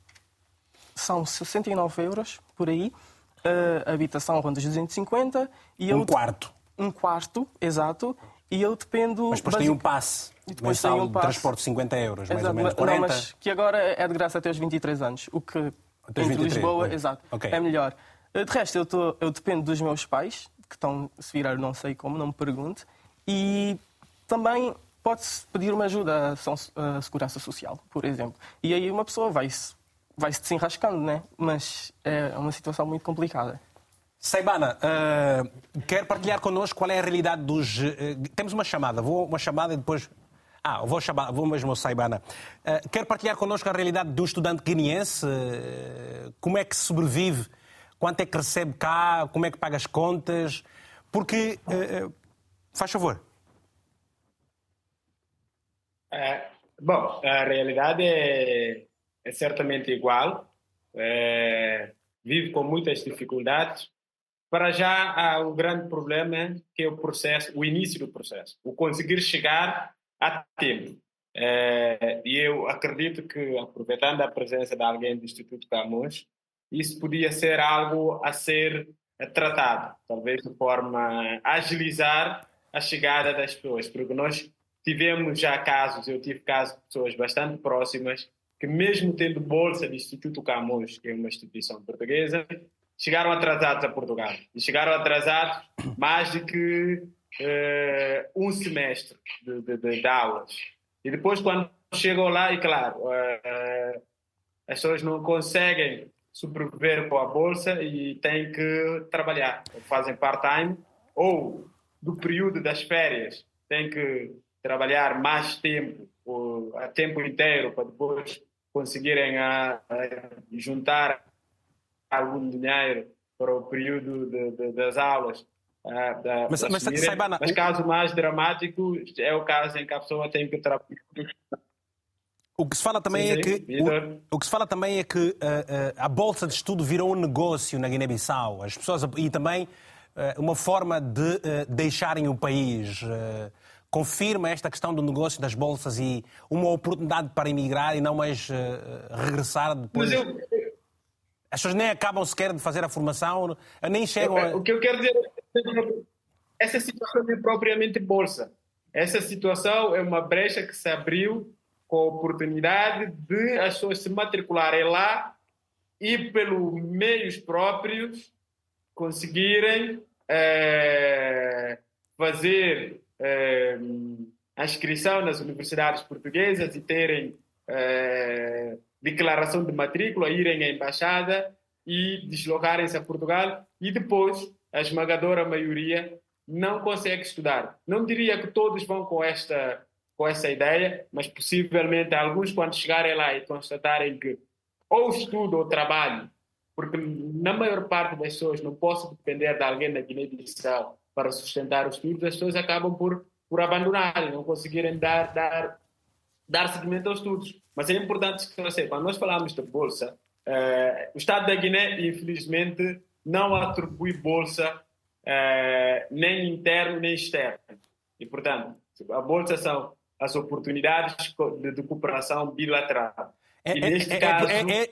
são 69 euros, por aí. A habitação ronda os 250. E um quarto, exato, e eu dependo... Mas depois tem um passe mensal de transporte de 50 euros, mais ou menos 40. Não, mas que agora é de graça até aos 23 anos, o que entre Lisboa, exato, é melhor. De resto, eu dependo dos meus pais, que estão a se virar não sei como, não me pergunte, e também pode-se pedir uma ajuda à Segurança Social, por exemplo. E aí uma pessoa vai-se desenrascando, né? Mas é uma situação muito complicada. Saibana, quer partilhar connosco qual é a realidade dos... Temos uma chamada, uma chamada e depois... vou mesmo ao Saibana. Quer partilhar connosco a realidade do estudante guineense? Como é que sobrevive? Quanto é que recebe cá? Como é que paga as contas? Porque... faz favor. A realidade é certamente igual. Vive com muitas dificuldades. Para já, há um grande problema que é o início do processo, o conseguir chegar a tempo. E eu acredito que, aproveitando a presença de alguém do Instituto Camões, isso podia ser algo a ser tratado, talvez de forma a agilizar a chegada das pessoas, porque nós tivemos já casos, eu tive casos de pessoas bastante próximas que mesmo tendo bolsa do Instituto Camões, que é uma instituição portuguesa, chegaram atrasados a Portugal. E chegaram atrasados mais do que um semestre de aulas. E depois, quando chegam lá, e claro, as pessoas não conseguem sobreviver com a bolsa e têm que trabalhar. Fazem part-time ou, do período das férias, têm que trabalhar mais tempo, a tempo inteiro, para depois conseguirem juntar algum dinheiro para o período das aulas. Mas caso mais dramático é o caso em que a pessoa tem que trabalhar. O que se fala também é que a bolsa de estudo virou um negócio na Guiné-Bissau. As pessoas, e também uma forma de deixarem o país. Confirma esta questão do negócio das bolsas e uma oportunidade para emigrar e não mais regressar depois? As pessoas nem acabam sequer de fazer a formação, nem chegam O que eu quero dizer é que essa situação não é propriamente bolsa. Essa situação é uma brecha que se abriu com a oportunidade de as pessoas se matricularem lá e, pelos meios próprios, conseguirem fazer a inscrição nas universidades portuguesas e terem declaração de matrícula, irem à embaixada e deslocarem-se a Portugal, e depois a esmagadora maioria não consegue estudar. Não diria que todos vão com essa ideia, mas possivelmente alguns, quando chegarem lá e constatarem que ou estudo ou trabalho, porque na maior parte das pessoas não posso depender de alguém na Guiné-Bissau para sustentar os estudos, as pessoas acabam por abandonarem, não conseguirem dar seguimento aos estudos. Mas é importante esclarecer, quando nós falamos de bolsa, o Estado da Guiné, infelizmente, não atribui bolsa nem interno nem externo. E, portanto, a bolsa são as oportunidades de cooperação bilateral. E neste caso,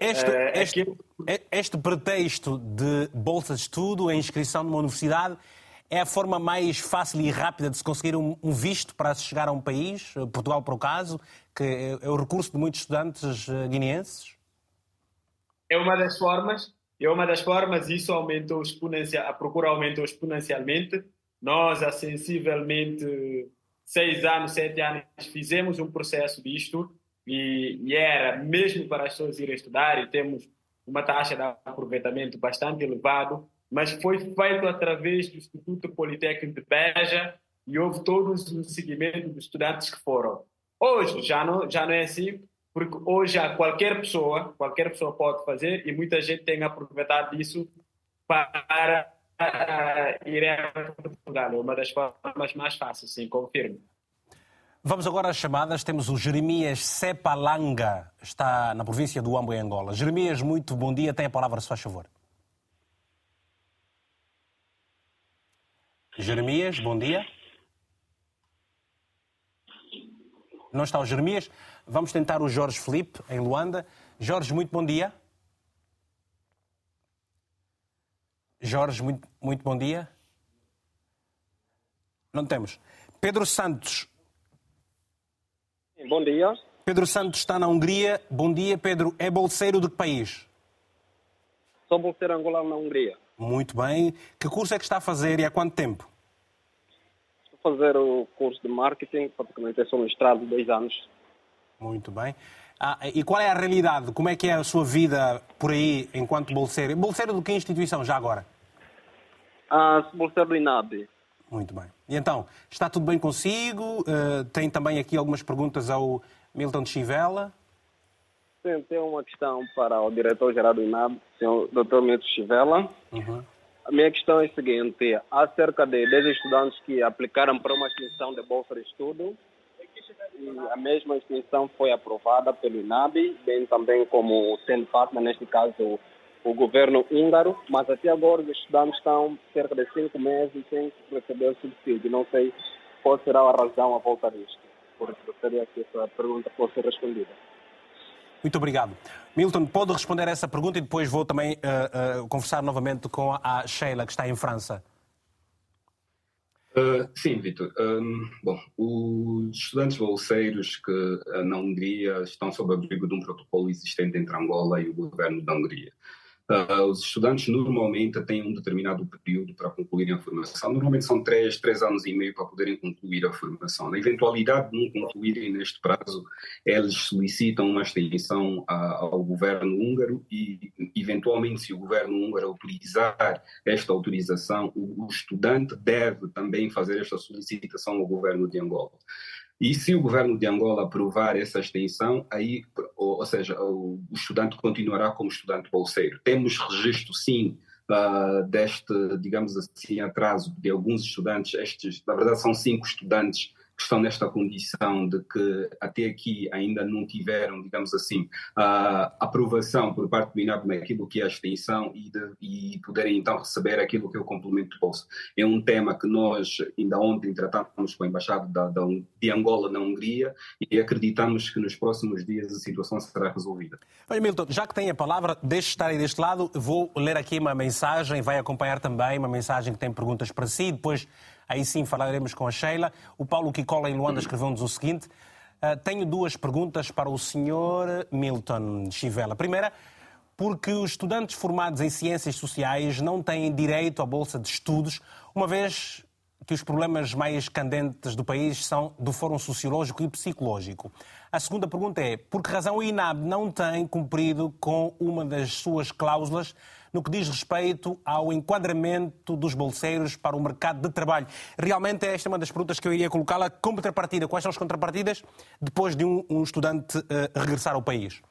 este pretexto de bolsa de estudo, a inscrição numa universidade, é a forma mais fácil e rápida de se conseguir um visto para se chegar a um país, Portugal por caso, que é o recurso de muitos estudantes guineenses? É uma das formas, isso aumentou a procura aumentou exponencialmente. Nós, há sensivelmente 6 anos, 7 anos, fizemos um processo disto e era mesmo para as pessoas irem estudar, e temos uma taxa de aproveitamento bastante elevado, mas foi feito através do Instituto Politécnico de Beja e houve todo um seguimento dos estudantes que foram. Hoje já não é assim, porque hoje qualquer pessoa pode fazer, e muita gente tem aproveitado disso para ir a Portugal. É uma das formas mais fáceis, sim, confirmo. Vamos agora às chamadas. Temos o Jeremias Sepalanga, está na província do Huambo, em Angola. Jeremias, muito bom dia. Tem a palavra, se faz favor. Jeremias, bom dia. Não está o Jeremias. Vamos tentar o Jorge Filipe, em Luanda. Jorge, muito bom dia. Jorge, muito bom dia. Não temos. Pedro Santos. Bom dia. Pedro Santos está na Hungria. Bom dia, Pedro. É bolseiro de que país? Sou bolseiro angolano na Hungria. Muito bem. Que curso é que está a fazer e há quanto tempo? Estou a fazer o curso de marketing, praticamente sou mestrado de 2 anos. Muito bem. E qual é a realidade? Como é que é a sua vida por aí enquanto bolseiro? Bolseiro de que instituição, já agora? Sou bolseiro do INAB. Muito bem. E então, está tudo bem consigo? Tem também aqui algumas perguntas ao Milton Chivela. Sim, tenho uma questão para o diretor-geral do INAB, o Dr. Milton Chivela. Uhum. A minha questão é a seguinte: há cerca de 10 estudantes que aplicaram para uma extensão de bolsa de estudo e a mesma extensão foi aprovada pelo INAB, bem também como sendo partner, neste caso, o governo húngaro, mas até agora os estudantes estão cerca de 5 meses sem receber o subsídio. Não sei qual será a razão à volta disto. Por isso, gostaria que essa pergunta fosse respondida. Muito obrigado. Milton, pode responder a essa pergunta e depois vou também conversar novamente com a Sheila, que está em França. Sim, Vítor. Bom, os estudantes bolseiros que na Hungria estão sob abrigo de um protocolo existente entre Angola e o governo da Hungria. Os estudantes normalmente têm um determinado período para concluírem a formação. Normalmente são 3 anos e meio para poderem concluir a formação. Na eventualidade de não concluírem neste prazo, eles solicitam uma extensão ao governo húngaro e, eventualmente, se o governo húngaro autorizar esta autorização, o estudante deve também fazer esta solicitação ao governo de Angola. E se o governo de Angola aprovar essa extensão, aí, ou seja, o estudante continuará como estudante bolseiro. Temos registro, sim, deste, digamos assim, atraso de alguns estudantes. Estes, na verdade, são 5 estudantes que estão nesta condição de que até aqui ainda não tiveram, digamos assim, a aprovação por parte do INAB naquilo que é a extensão e poderem então receber aquilo que é o complemento de bolsa. É um tema que nós ainda ontem tratamos com a Embaixada de Angola na Hungria e acreditamos que nos próximos dias a situação será resolvida. Olha, Milton, já que tem a palavra, deixe estar aí deste lado, vou ler aqui uma mensagem, vai acompanhar também uma mensagem que tem perguntas para si, depois aí sim falaremos com a Sheila. O Paulo Kikola em Luanda escreveu-nos o seguinte: tenho 2 perguntas para o Sr. Milton Chivela. Primeira, porque os estudantes formados em ciências sociais não têm direito à bolsa de estudos, uma vez que os problemas mais candentes do país são do fórum sociológico e psicológico. A segunda pergunta é, por que razão o INAB não tem cumprido com uma das suas cláusulas no que diz respeito ao enquadramento dos bolseiros para o mercado de trabalho? Realmente esta é uma das perguntas que eu iria colocá-la. Contrapartida, quais são as contrapartidas depois de um estudante regressar ao país?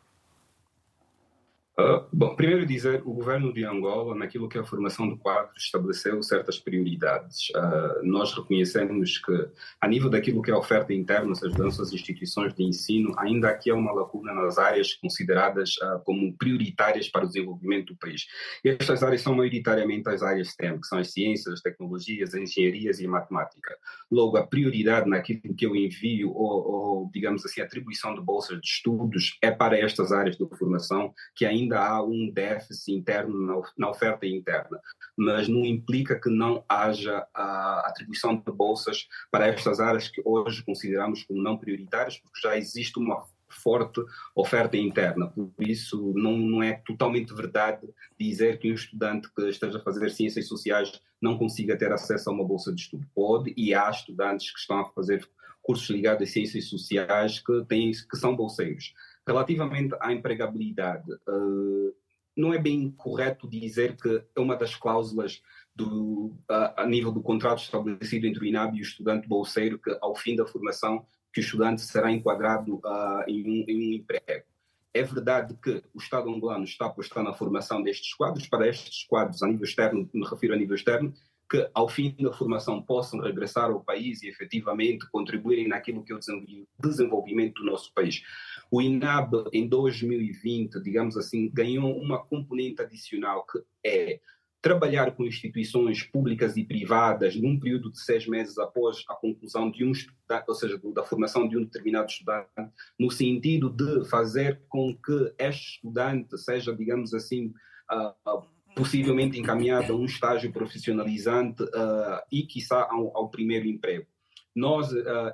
Bom, primeiro dizer, o governo de Angola, naquilo que é a formação do quadro, estabeleceu certas prioridades. Nós reconhecemos que, a nível daquilo que é a oferta interna, ou seja, das nossas instituições de ensino, ainda aqui há uma lacuna nas áreas consideradas como prioritárias para o desenvolvimento do país. E estas áreas são maioritariamente as áreas STEM, que são as ciências, as tecnologias, as engenharias e a matemática. Logo, a prioridade naquilo que eu envio, ou digamos assim, a atribuição de bolsas de estudos, é para estas áreas de formação que ainda há um déficit interno na oferta interna, mas não implica que não haja a atribuição de bolsas para estas áreas que hoje consideramos como não prioritárias, porque já existe uma forte oferta interna. Por isso, não é totalmente verdade dizer que um estudante que esteja a fazer ciências sociais não consiga ter acesso a uma bolsa de estudo. Pode, e há estudantes que estão a fazer cursos ligados a ciências sociais que são bolseiros. Relativamente à empregabilidade, não é bem correto dizer que é uma das cláusulas a nível do contrato estabelecido entre o INAB e o estudante bolseiro que, ao fim da formação, que o estudante será enquadrado em um emprego. É verdade que o Estado angolano está a apostar na formação destes quadros, para estes quadros a nível externo, me refiro a nível externo, que ao fim da formação possam regressar ao país e efetivamente contribuírem naquilo que é o desenvolvimento do nosso país. O INAB, em 2020, digamos assim, ganhou uma componente adicional que é trabalhar com instituições públicas e privadas num período de 6 meses após a conclusão de um estudante, ou seja, da formação de um determinado estudante, no sentido de fazer com que este estudante seja, digamos assim, possivelmente encaminhado a um estágio profissionalizante e, quiçá, ao primeiro emprego. Nós,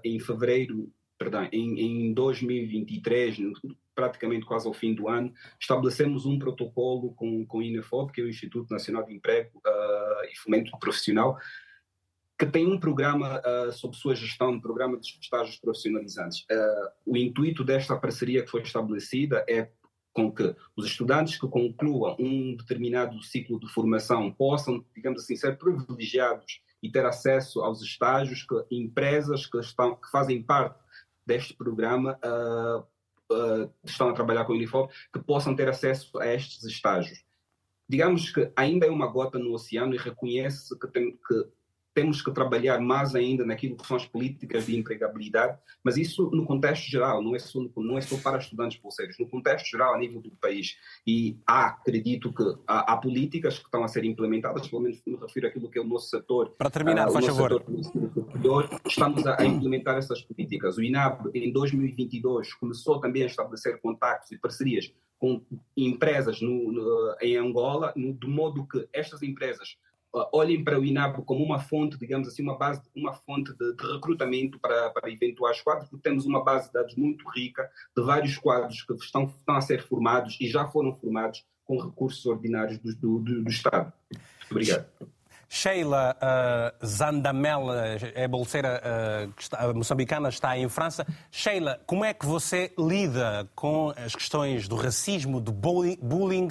em 2023, praticamente quase ao fim do ano, estabelecemos um protocolo com o INEFOP, que é o Instituto Nacional de Emprego e Fomento Profissional, que tem um programa sob sua gestão, um programa de estágios profissionalizantes. O intuito desta parceria que foi estabelecida é com que os estudantes que concluam um determinado ciclo de formação possam, digamos assim, ser privilegiados e ter acesso aos estágios que empresas que fazem parte deste programa estão a trabalhar com o Unifop, que possam ter acesso a estes estágios. Digamos que ainda é uma gota no oceano e reconhece que temos que trabalhar mais ainda naquilo que são as políticas de empregabilidade, mas isso no contexto geral, não é só para estudantes bolseiros, no contexto geral a nível do país. E acredito que há políticas que estão a ser implementadas, pelo menos me refiro àquilo que é o nosso setor. Para terminar, faz favor. Estamos a implementar essas políticas. O INAB, em 2022, começou também a estabelecer contactos e parcerias com empresas em Angola, de modo que estas empresas olhem para o INAB como uma fonte, digamos assim, uma fonte de recrutamento para eventuais quadros, porque temos uma base de dados muito rica de vários quadros que estão a ser formados e já foram formados com recursos ordinários do Estado. Muito obrigado. Sheila Zandamel é bolseira moçambicana, está em França. Sheila, como é que você lida com as questões do racismo, do bullying?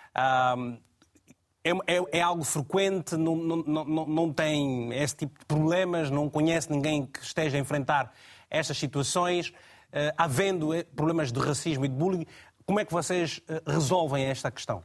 É algo frequente? Não tem esse tipo de problemas? Não conhece ninguém que esteja a enfrentar estas situações? Havendo problemas de racismo e de bullying, como é que vocês resolvem esta questão?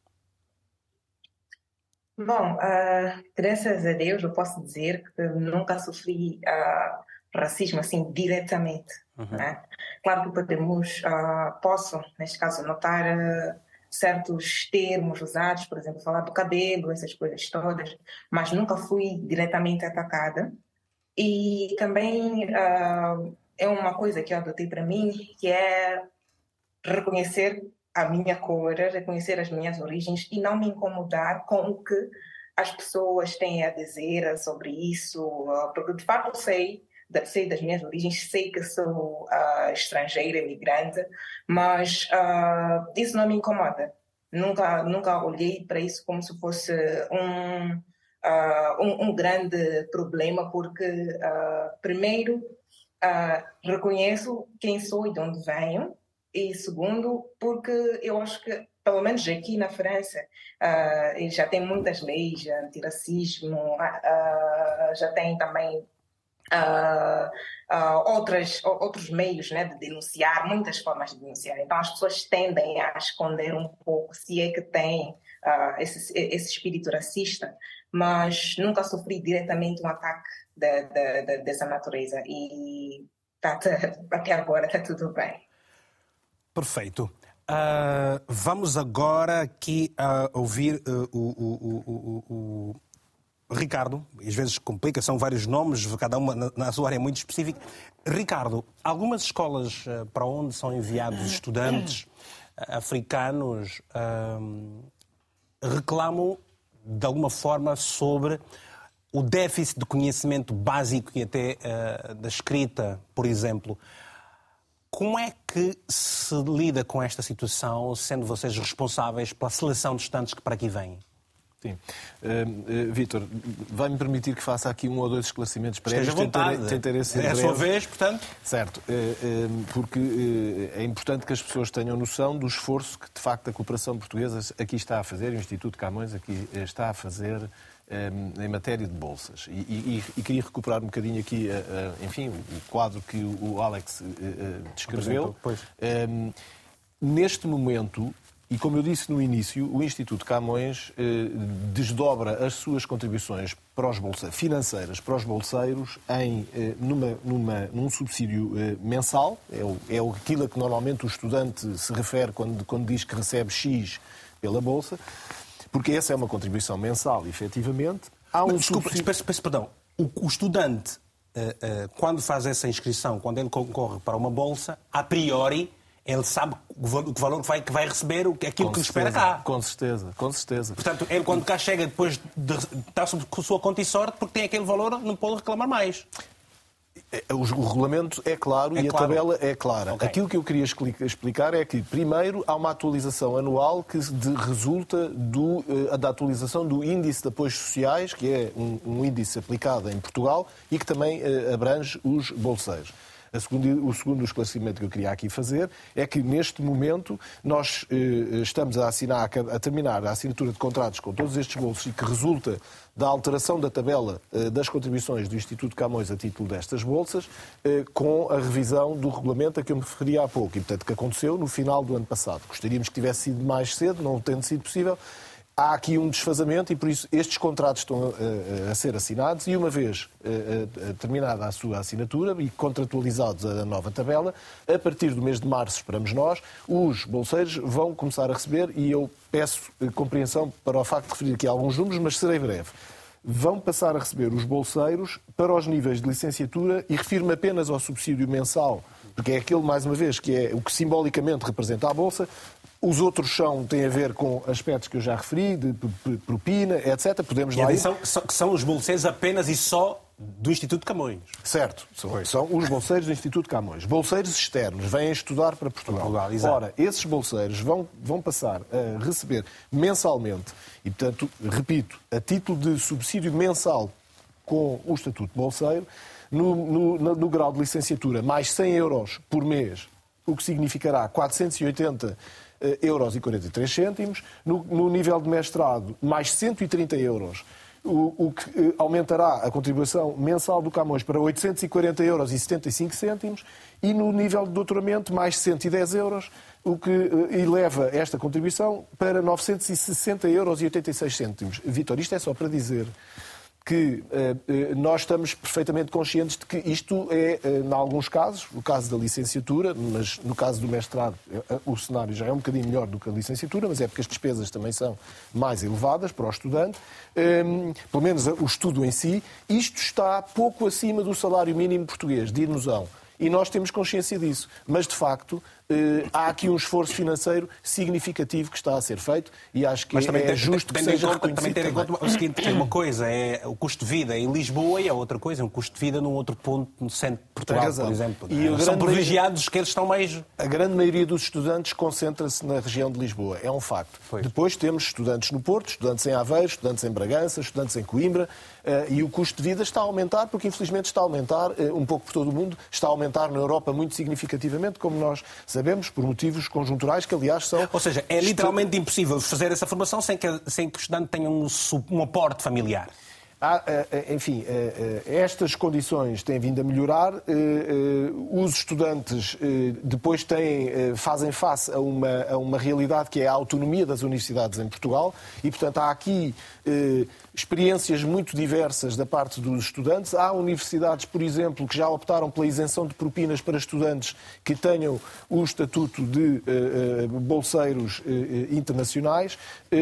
Bom, graças a Deus eu posso dizer que nunca sofri racismo assim diretamente. Né? Claro que posso, neste caso, notar certos termos usados, por exemplo, falar do cabelo, essas coisas todas, mas nunca fui diretamente atacada. E também é uma coisa que eu adotei para mim, que é reconhecer a minha cor, reconhecer as minhas origens e não me incomodar com o que as pessoas têm a dizer sobre isso, porque de fato sei das minhas origens, sei que sou estrangeira, imigrante, mas isso não me incomoda. Nunca olhei para isso como se fosse um grande problema, porque primeiro reconheço quem sou e de onde venho, e segundo, porque eu acho que, pelo menos aqui na França, já tem muitas leis antiracismo, já tem também outros meios, né, de denunciar, muitas formas de denunciar. Então as pessoas tendem a esconder um pouco, se é que tem esse espírito racista, mas nunca sofri diretamente um ataque dessa natureza e até agora está tudo bem. Perfeito. Vamos agora aqui ouvir o Ricardo. Às vezes complica, são vários nomes, cada uma na sua área muito específica. Ricardo, algumas escolas para onde são enviados estudantes africanos reclamam de alguma forma sobre o déficit de conhecimento básico e até da escrita, por exemplo. Como é que se lida com esta situação, sendo vocês responsáveis pela seleção de estudantes que para aqui vêm? Sim. Vítor, vai-me permitir que faça aqui um ou dois esclarecimentos prévios. Esteja à vontade. Tentarei ser breve. É a sua vez, portanto. Certo. Porque é importante que as pessoas tenham noção do esforço que, de facto, a cooperação portuguesa aqui está a fazer, e o Instituto Camões aqui está a fazer em matéria de bolsas. E queria recuperar um bocadinho aqui, enfim, o quadro que o Alex descreveu. Neste momento, e como eu disse no início, o Instituto Camões desdobra as suas contribuições financeiras para os bolseiros num subsídio mensal. É aquilo a que normalmente o estudante se refere quando diz que recebe X pela bolsa. Porque essa é uma contribuição mensal, efetivamente. Peço perdão. O estudante, quando faz essa inscrição, quando ele concorre para uma bolsa, a priori, ele sabe o valor que vai receber, aquilo que lhe espera cá. Com certeza. Portanto, ele quando cá chega, depois está sob sua conta e sorte, porque tem aquele valor, não pode reclamar mais. O regulamento é claro e a tabela é clara. Okay. Aquilo que eu queria explicar é que, primeiro, há uma atualização anual que resulta da atualização do Índice de Apoios Sociais, que é um índice aplicado em Portugal e que também abrange os bolseiros. O segundo esclarecimento que eu queria aqui fazer é que, neste momento, nós estamos a terminar a assinatura de contratos com todos estes bolsos e que resulta da alteração da tabela das contribuições do Instituto Camões a título destas bolsas, com a revisão do regulamento a que eu me referi há pouco, e, portanto, que aconteceu no final do ano passado. Gostaríamos que tivesse sido mais cedo, não tendo sido possível. Há aqui um desfazamento e, por isso, estes contratos estão a ser assinados e, uma vez terminada a sua assinatura e contratualizados a nova tabela, a partir do mês de março, esperamos nós, os bolseiros vão começar a receber, e eu peço compreensão para o facto de referir aqui alguns números, mas serei breve. Vão passar a receber os bolseiros para os níveis de licenciatura, e refiro-me apenas ao subsídio mensal porque é aquele, mais uma vez, que é o que simbolicamente representa a Bolsa. Os outros têm a ver com aspectos que eu já referi, de propina, etc. Podemos lá ir. São os bolseiros apenas e só do Instituto de Camões. Certo, são os bolseiros do Instituto de Camões. Bolseiros externos, vêm estudar para Portugal. Ora, esses bolseiros vão passar a receber mensalmente, e portanto, repito, a título de subsídio mensal com o Estatuto de Bolseiro, no grau de licenciatura, mais 100 euros por mês, o que significará 480 euros e 43 cêntimos, no nível de mestrado, mais 130 euros, o que aumentará a contribuição mensal do Camões para 840 euros e 75 cêntimos, e no nível de doutoramento, mais 110 euros, o que eleva esta contribuição para 960 euros e 86 cêntimos. Vítor, isto é só para dizer que nós estamos perfeitamente conscientes de que isto é, em alguns casos, o caso da licenciatura, mas no caso do mestrado o cenário já é um bocadinho melhor do que a licenciatura, mas é porque as despesas também são mais elevadas para o estudante, pelo menos o estudo em si. Isto está pouco acima do salário mínimo português, de noção. E nós temos consciência disso. Mas, de facto, há aqui um esforço financeiro significativo que está a ser feito e acho que é justo que seja reconhecido. Também ter em conta o seguinte, uma coisa é o custo de vida em Lisboa e a outra coisa é um custo de vida num outro ponto no centro de Portugal, por exemplo. E são privilegiados que eles estão mais... A grande maioria dos estudantes concentra-se na região de Lisboa, é um facto. Pois. Depois temos estudantes no Porto, estudantes em Aveiro, estudantes em Bragança, estudantes em Coimbra, e o custo de vida está a aumentar, porque infelizmente está a aumentar um pouco por todo o mundo, está a aumentar na Europa muito significativamente, como nós sabemos, por motivos conjunturais que, aliás, são... Ou seja, é literalmente impossível fazer essa formação sem que o estudante tenha um aporte familiar. Enfim, estas condições têm vindo a melhorar. Os estudantes depois fazem face a uma realidade que é a autonomia das universidades em Portugal e, portanto, há aqui experiências muito diversas da parte dos estudantes. Há universidades, por exemplo, que já optaram pela isenção de propinas para estudantes que tenham o estatuto de bolseiros internacionais,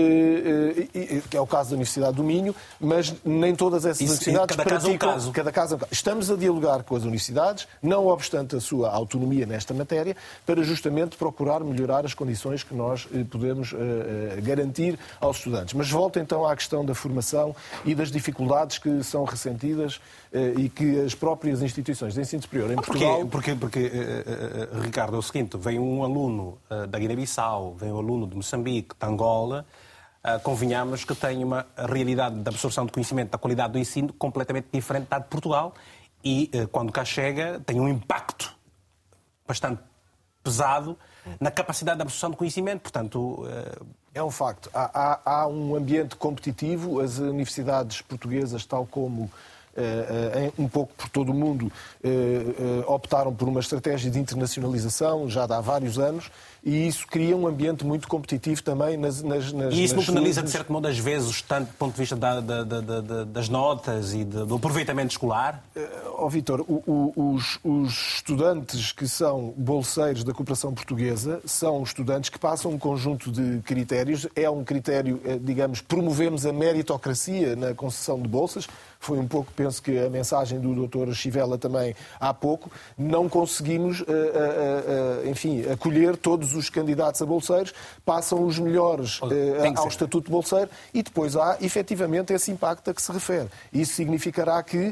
que é o caso da Universidade do Minho, mas nem todas essas universidades praticam. Cada caso é um caso. Estamos a dialogar com as universidades, não obstante a sua autonomia nesta matéria, para justamente procurar melhorar as condições que nós podemos garantir aos estudantes. Mas volto então à questão da formação e das dificuldades que são ressentidas e que as próprias instituições de ensino superior em Portugal... Porque Ricardo, é o seguinte, vem um aluno da Guiné-Bissau, vem um aluno de Moçambique, de Angola, convenhamos que tem uma realidade de absorção de conhecimento, da qualidade do ensino completamente diferente da de Portugal e, quando cá chega, tem um impacto bastante pesado na capacidade de absorção de conhecimento. Portanto, é um facto. Há um ambiente competitivo. As universidades portuguesas, tal como um pouco por todo o mundo, optaram por uma estratégia de internacionalização já há vários anos e isso cria um ambiente muito competitivo também nas E isso não penaliza, de certo modo, às vezes, o estudante do ponto de vista das notas e do aproveitamento escolar? Vítor, os estudantes que são bolseiros da cooperação portuguesa são estudantes que passam um conjunto de critérios. É um critério, digamos, promovemos a meritocracia na concessão de bolsas. Foi um pouco, penso que a mensagem do Dr. Chivela também há pouco. Não conseguimos, enfim, acolher todos os candidatos a bolseiros, passam os melhores ao estatuto de bolseiro e depois há, efetivamente, esse impacto a que se refere. Isso significará que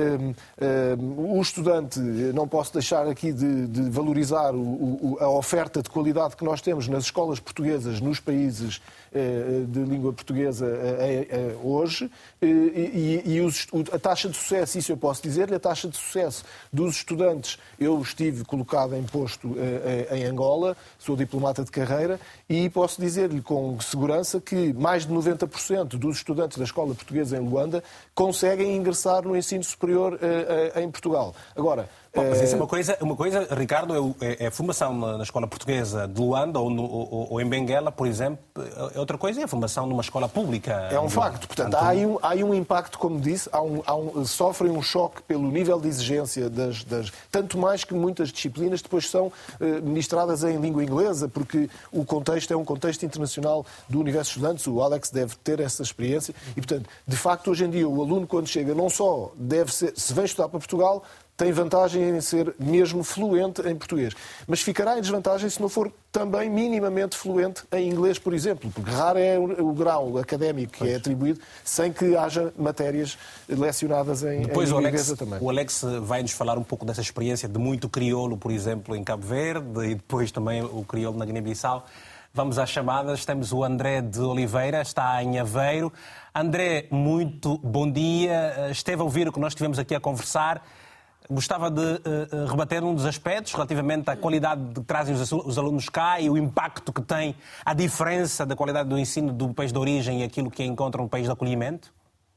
o estudante, não posso deixar aqui de valorizar a oferta de qualidade que nós temos nas escolas portuguesas, nos países de língua portuguesa hoje, e a taxa de sucesso, isso eu posso dizer-lhe, a taxa de sucesso dos estudantes, eu estive colocado em posto em Angola, sou diplomata de carreira, e posso dizer-lhe com segurança que mais de 90% dos estudantes da escola portuguesa em Luanda conseguem ingressar no ensino superior em Portugal. Agora, mas isso é uma coisa, Ricardo, é a formação na escola portuguesa de Luanda ou em Benguela, por exemplo, é outra coisa, é a formação numa escola pública. É um facto. Portanto, há aí um impacto, como disse, sofrem um choque pelo nível de exigência tanto mais que muitas disciplinas depois são ministradas em língua inglesa, porque o contexto é um contexto internacional do universo de estudantes, o Alex deve ter essa experiência, e, portanto, de facto, hoje em dia, o aluno, quando chega, não só deve ser, se vem estudar para Portugal, tem vantagem em ser mesmo fluente em português. Mas ficará em desvantagem se não for também minimamente fluente em inglês, por exemplo, porque raro é o grau académico que é atribuído sem que haja matérias lecionadas em língua inglesa também. O Alex vai-nos falar um pouco dessa experiência de muito crioulo, por exemplo, em Cabo Verde e depois também o crioulo na Guiné-Bissau. Vamos às chamadas. Temos o André de Oliveira, está em Aveiro. André, muito bom dia. Esteve a ouvir o que nós estivemos aqui a conversar. Gostava de rebater um dos aspectos relativamente à qualidade que trazem os alunos cá e o impacto que tem a diferença da qualidade do ensino do país de origem e aquilo que encontram no país de acolhimento?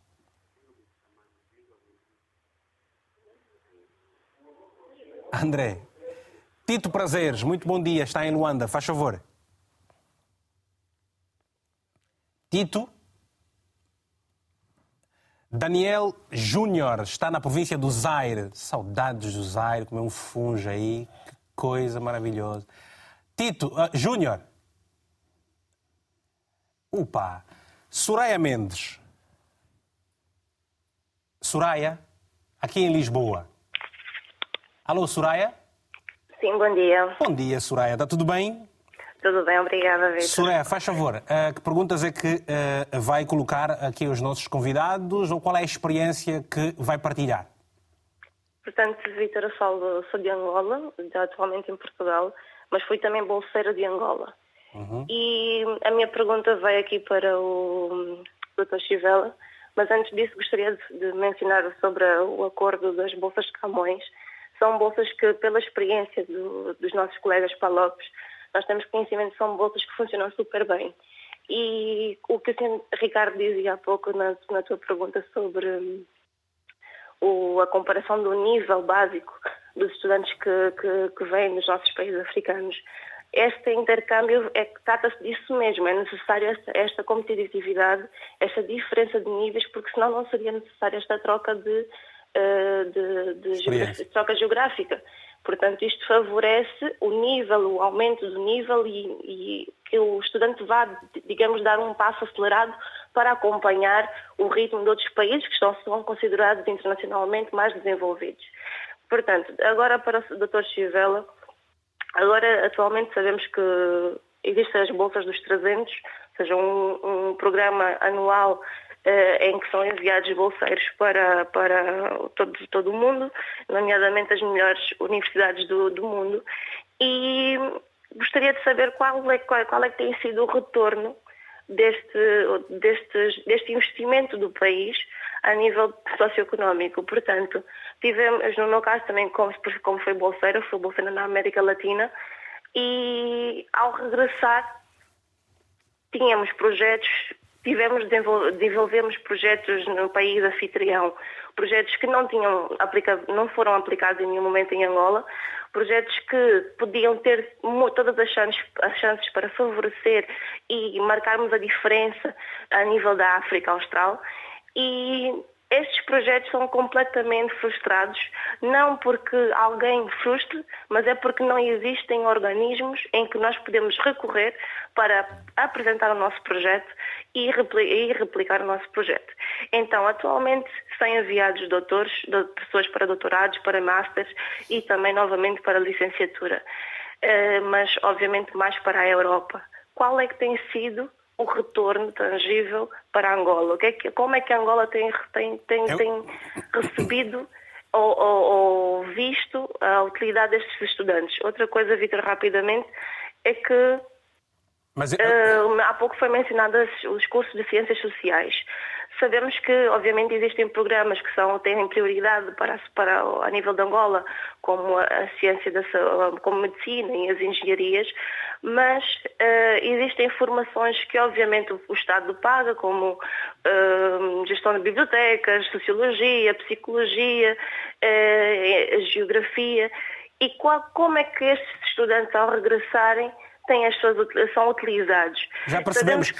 André. Tito Prazeres, muito bom dia, está em Luanda, faz favor. Tito. Daniel Júnior está na província do Zaire. Saudades do Zaire, comer um fungo aí. Que coisa maravilhosa. Tito, Júnior. Soraya Mendes. Soraya, aqui em Lisboa. Alô, Soraya? Sim, bom dia. Bom dia, Soraya. Está tudo bem? Tudo bem, obrigada, Vitor. Soraya, faz favor, que perguntas é que vai colocar aqui aos nossos convidados ou qual é a experiência que vai partilhar? Portanto, Vitor, eu sou de Angola, atualmente em Portugal, mas fui também bolseira de Angola. E a minha pergunta vai aqui para o Dr. Chivela, mas antes disso gostaria de mencionar sobre o acordo das bolsas de Camões. São bolsas que, pela experiência dos nossos colegas palopes, nós temos conhecimento que são bolsas que funcionam super bem. E o que o Sr. Ricardo dizia há pouco na tua pergunta sobre a comparação do nível básico dos estudantes que vêm dos nossos países africanos, este intercâmbio trata-se disso mesmo. É necessário esta competitividade, esta diferença de níveis, porque senão não seria necessária esta troca troca geográfica. Portanto, isto favorece o aumento do nível e que o estudante vá, digamos, dar um passo acelerado para acompanhar o ritmo de outros países que são considerados internacionalmente mais desenvolvidos. Portanto, agora para o Dr. Chivela, atualmente sabemos que existem as bolsas dos 300, ou seja, um programa anual em que são enviados bolseiros para todo o mundo, nomeadamente as melhores universidades do mundo. E gostaria de saber qual é que tem sido o retorno deste investimento do país a nível socioeconómico. Portanto, tivemos, no meu caso também, como fui bolseira na América Latina, e ao regressar tínhamos projetos. Desenvolvemos projetos no país anfitrião, projetos que não foram aplicados em nenhum momento em Angola, projetos que podiam ter todas as chances para favorecer e marcarmos a diferença a nível da África Austral. E estes projetos são completamente frustrados, não porque alguém frustre, mas é porque não existem organismos em que nós podemos recorrer para apresentar o nosso projeto e replicar o nosso projeto. Então, atualmente, são enviados pessoas para doutorados, para masters e também, novamente, para licenciatura. Mas, obviamente, mais para a Europa. Qual é que tem sido o retorno tangível para Angola? Como é que Angola tem recebido ou visto a utilidade destes estudantes? Outra coisa, Vitor, rapidamente, é que há pouco foi mencionado os cursos de ciências sociais. Sabemos que, obviamente, existem programas que têm prioridade para a nível de Angola, como a ciência como a medicina e as engenharias, mas existem formações que, obviamente, o Estado paga, como gestão de bibliotecas, sociologia, psicologia, geografia. E como é que estes estudantes, ao regressarem, são utilizados? Já percebemos.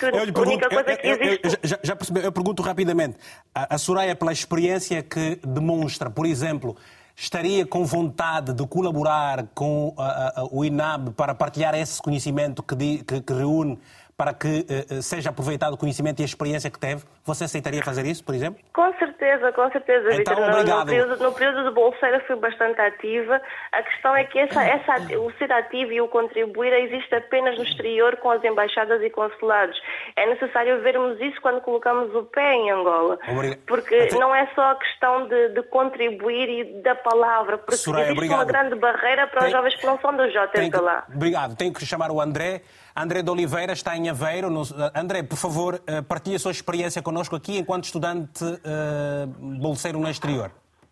Eu pergunto rapidamente. A Soraya, pela experiência que demonstra, por exemplo, estaria com vontade de colaborar com o INAB para partilhar esse conhecimento que reúne para que seja aproveitado o conhecimento e a experiência que teve. Você aceitaria fazer isso, por exemplo? Com certeza, Então, Vítor. obrigado. No período de bolseira fui bastante ativa. A questão é que o ser ativo e o contribuir existe apenas no exterior com as embaixadas e consulados. É necessário vermos isso quando colocamos o pé em Angola. Obrigado. Porque não é só a questão de contribuir e da palavra, porque Soraya, existe uma grande barreira para os jovens que não são do Jota de lá. Obrigado. Tenho que chamar o André. André de Oliveira está em Aveiro. André, por favor, partilhe a sua experiência connosco aqui enquanto estudante bolseiro no exterior.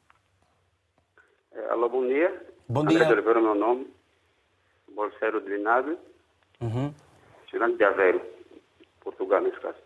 Alô, bom dia. Bom dia. André de Oliveira é o meu nome. Bolseiro de INAB. Estudante de Aveiro, Portugal, nesse caso.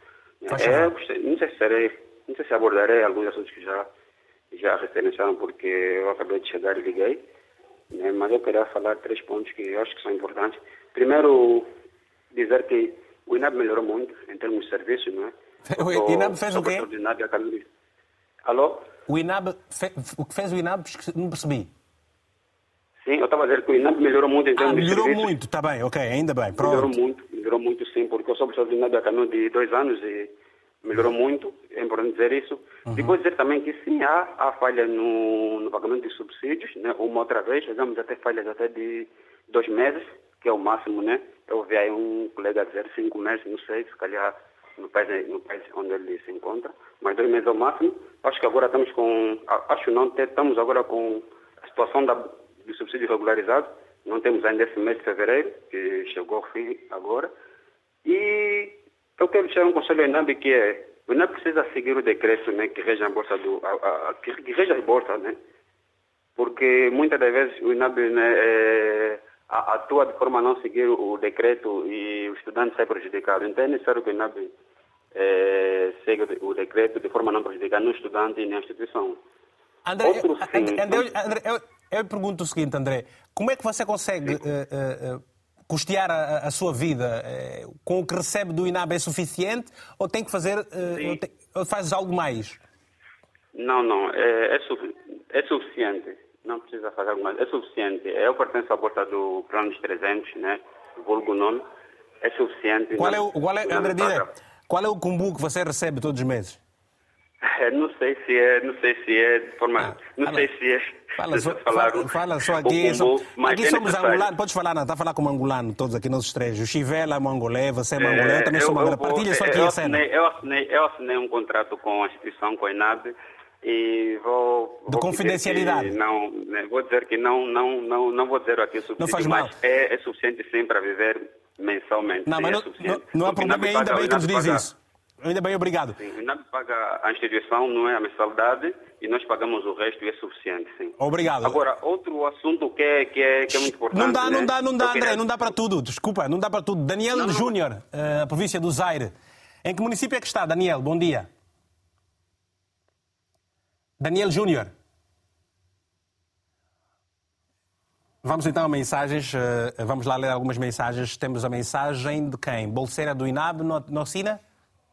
Não sei se abordarei alguns assuntos que já referenciaram, porque eu acabei de chegar e liguei. Né? Mas eu queria falar 3 pontos que eu acho que são importantes. Primeiro, dizer que o INAB melhorou muito em termos de serviços, não é? O INAB fez o quê? Alô? O que fez o INAB? Não percebi. Sim, eu estava a dizer que o INAB melhorou muito em termos de serviços. Melhorou muito, está bem, ok, ainda bem. Pronto. Melhorou muito sim, porque eu sou professor do INAB há caminho de 2 anos e melhorou muito, é importante dizer isso. Depois dizer também que sim, há falha no pagamento de subsídios, né? Uma outra vez, chegamos a ter falhas até de 2 meses, que é o máximo, né? Eu ouvi aí um colega dizer 5 meses, não sei, se calhar no país onde ele se encontra, mas 2 meses é o máximo. Acho que agora estamos agora com a situação do subsídio regularizado, não temos ainda esse mês de fevereiro, que chegou ao fim agora. E eu quero deixar um conselho ao INAB, que é, o INAB precisa seguir o decreto, né, que rege a bolsa que rege as bolsas, né? Porque muitas das vezes o INAB, né, atua de forma a não seguir o decreto e o estudante sai prejudicado. Então é necessário que o INAB siga o decreto de forma a não prejudicar nem o estudante nem a instituição. André, eu pergunto o seguinte, André, como é que você consegue custear a sua vida? Com o que recebe do INAB é suficiente ou tem que fazer, ou faz algo mais? Não, é suficiente. Não precisa fazer algo mais. É suficiente. Eu pertenço à bolsa do plano dos 300, né? Vulgo nome. É suficiente. André, diga, qual é o cumbu que você recebe todos os meses? Não sei se é de forma... não sei se é... Fala só aqui. Aqui somos angolanos. Podes falar, não? Está a falar como angolano, todos aqui, nossos três. O Chivela é mongolé, você é mongolé, eu também sou mongolé. Partilha só aqui a cena. Eu assinei um contrato com a instituição, com a INAB, e vou de confidencialidade. Vou dizer que não vou dizer aqui o subsídio, não faz mal. Mas é suficiente sim para viver mensalmente. Não, mas não há problema, ainda bem que nos diz isso. Ainda bem, obrigado. Sim, o INAB paga a instituição, não é a mensalidade, e nós pagamos o resto e é suficiente, sim. Obrigado. Agora, outro assunto que é muito importante... Não dá, André, não dá para tudo. Desculpa, não dá para tudo. Daniel Júnior, a província do Zaire. Em que município é que está, Daniel? Bom dia. Daniel Júnior. Vamos então a mensagens. Vamos lá ler algumas mensagens. Temos a mensagem de quem? Bolseira do INAB, Nocina?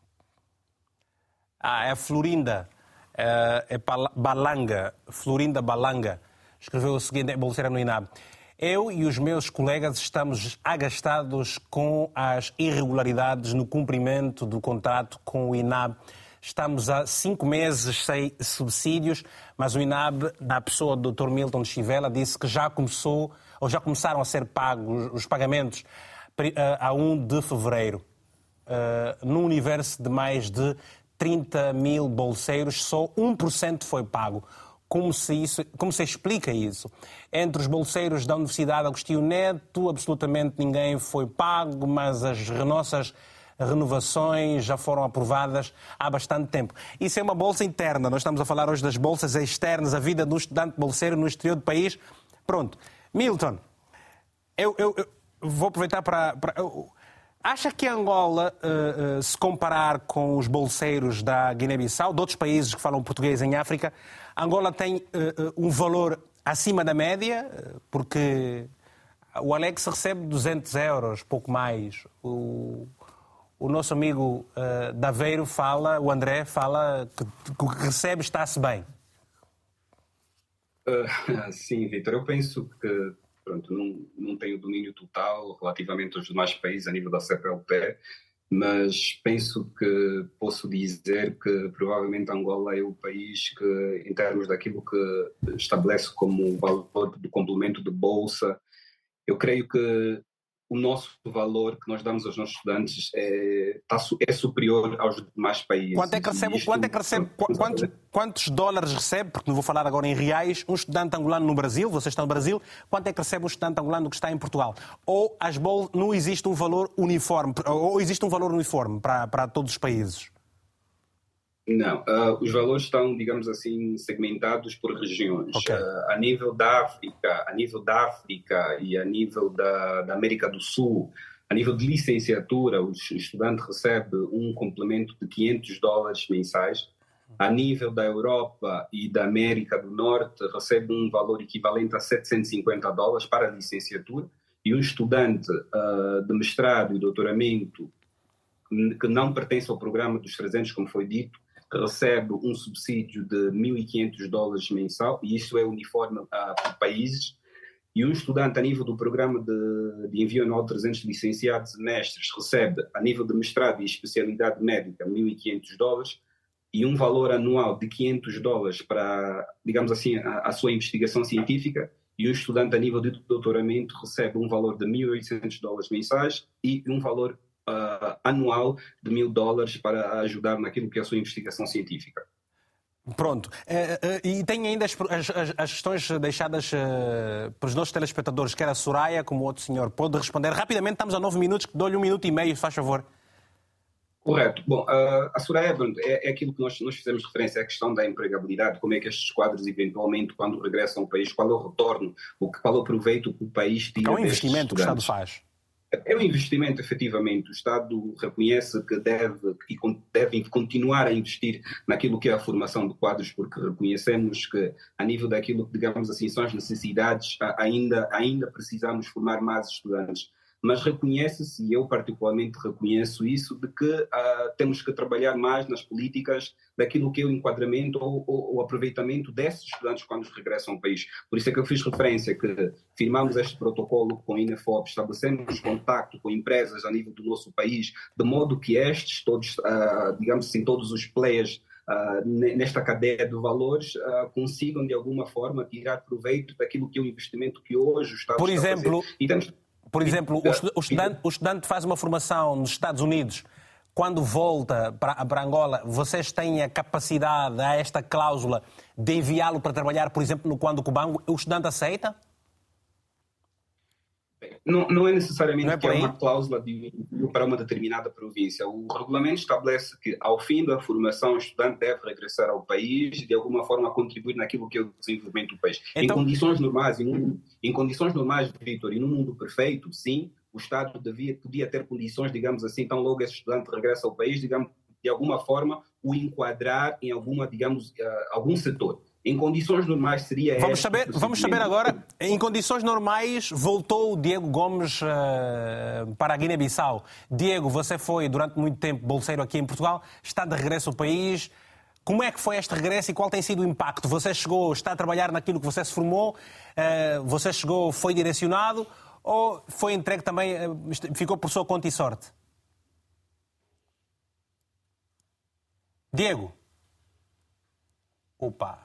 É Florinda. É Balanga. Florinda Balanga. Escreveu o seguinte, é bolseira no INAB. Eu e os meus colegas estamos agastados com as irregularidades no cumprimento do contrato com o INAB. Estamos há 5 meses sem subsídios, mas o INAB, na pessoa do Dr. Milton de Chivela, disse que já começaram a ser pagos os pagamentos a 1 de fevereiro. Num universo de mais de 30 mil bolseiros, só 1% foi pago. Como se explica isso? Entre os bolseiros da Universidade Agostinho Neto, absolutamente ninguém foi pago, mas as nossas renovações já foram aprovadas há bastante tempo. Isso é uma bolsa interna. Nós estamos a falar hoje das bolsas externas, a vida do estudante bolseiro no exterior do país. Pronto. Milton, eu vou aproveitar para... Acha que Angola, se comparar com os bolseiros da Guiné-Bissau, de outros países que falam português em África, Angola tem um valor acima da média? Porque o Alex recebe 200 euros, pouco mais. O nosso amigo Daveiro fala, o André fala que o que recebe está-se bem. Sim, Vítor, eu penso que não tenho domínio total relativamente aos demais países a nível da CPLP, mas penso que posso dizer que provavelmente Angola é o país que, em termos daquilo que estabelece como valor do complemento de bolsa, eu creio que o nosso valor que nós damos aos nossos estudantes é superior aos demais países. Quantos dólares recebe, porque não vou falar agora em reais, um estudante angolano no Brasil, vocês estão no Brasil, quanto é que recebe um estudante angolano que está em Portugal? Ou não existe um valor uniforme, ou existe um valor uniforme para todos os países? Não, os valores estão, digamos assim, segmentados por regiões. Okay. A nível da África e a nível da América do Sul, a nível de licenciatura, o estudante recebe um complemento de $500 mensais. A nível da Europa e da América do Norte, recebe um valor equivalente a $750 para a licenciatura. E um estudante de mestrado e doutoramento que não pertence ao programa dos 300, como foi dito, recebe um subsídio de $1.500 mensal, e isso é uniforme por países. E um estudante a nível do programa de envio anual de 300 licenciados e mestres recebe, a nível de mestrado e especialidade médica, $1.500 e um valor anual de $500 para, digamos assim, a sua investigação científica. E um estudante a nível de doutoramento recebe um valor de $1.800 mensais e um valor anual de $1.000 para ajudar naquilo que é a sua investigação científica. Pronto. E tem ainda as questões deixadas para os nossos telespectadores, quer a Soraya como o outro senhor. Pode responder rapidamente, estamos a 9 minutos, dou-lhe 1 minuto e meio, se faz favor. Correto. Bom, a Soraya é aquilo que nós fizemos referência à questão da empregabilidade, como é que estes quadros, eventualmente, quando regressam ao país, qual é o retorno, qual é o proveito que o país tira. É um investimento que o Estado faz. É um investimento, efetivamente. O Estado reconhece que deve continuar a investir naquilo que é a formação de quadros, porque reconhecemos que, a nível daquilo que, digamos assim, são as necessidades, ainda precisamos formar mais estudantes. Mas reconhece-se, e eu particularmente reconheço isso, de que temos que trabalhar mais nas políticas daquilo que é o enquadramento ou o aproveitamento desses estudantes quando regressam ao país. Por isso é que eu fiz referência que firmamos este protocolo com a INEFOP, estabelecemos contacto com empresas a nível do nosso país, de modo que estes, todos, digamos assim, todos os players nesta cadeia de valores consigam de alguma forma tirar proveito daquilo que é o investimento que hoje o Estado está a fazer. Por exemplo, o estudante faz uma formação nos Estados Unidos, quando volta para Angola, vocês têm a capacidade, a esta cláusula, de enviá-lo para trabalhar, por exemplo, no Cuando Cubango? O estudante aceita? Não é necessariamente que é uma cláusula para uma determinada província. O regulamento estabelece que, ao fim da formação, o estudante deve regressar ao país e, de alguma forma, contribuir naquilo que é o desenvolvimento do país. Então... Em condições normais, Vítor, e num mundo perfeito, sim, o Estado podia ter condições, digamos assim, tão logo esse estudante regressa ao país, digamos, de alguma forma, o enquadrar em algum setor. Em condições normais seria... Vamos saber agora, em condições normais, voltou o Diego Gomes para a Guiné-Bissau. Diego, você foi durante muito tempo bolseiro aqui em Portugal, está de regresso ao país. Como é que foi este regresso e qual tem sido o impacto? Você está a trabalhar naquilo que você se formou? Você foi direcionado ou foi entregue também, ficou por sua conta e sorte? Diego? Opa!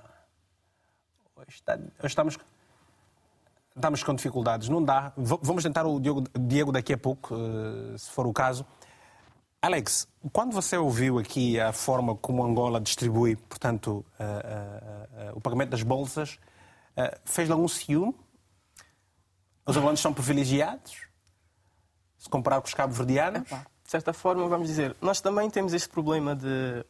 Estamos com dificuldades, não dá. Vamos tentar o Diego daqui a pouco, se for o caso. Alex, quando você ouviu aqui a forma como Angola distribui, portanto, o pagamento das bolsas, fez-lhe algum ciúme? Os angolanos são privilegiados? Se comparar com os cabo-verdianos? De certa forma, vamos dizer, nós também temos este problema de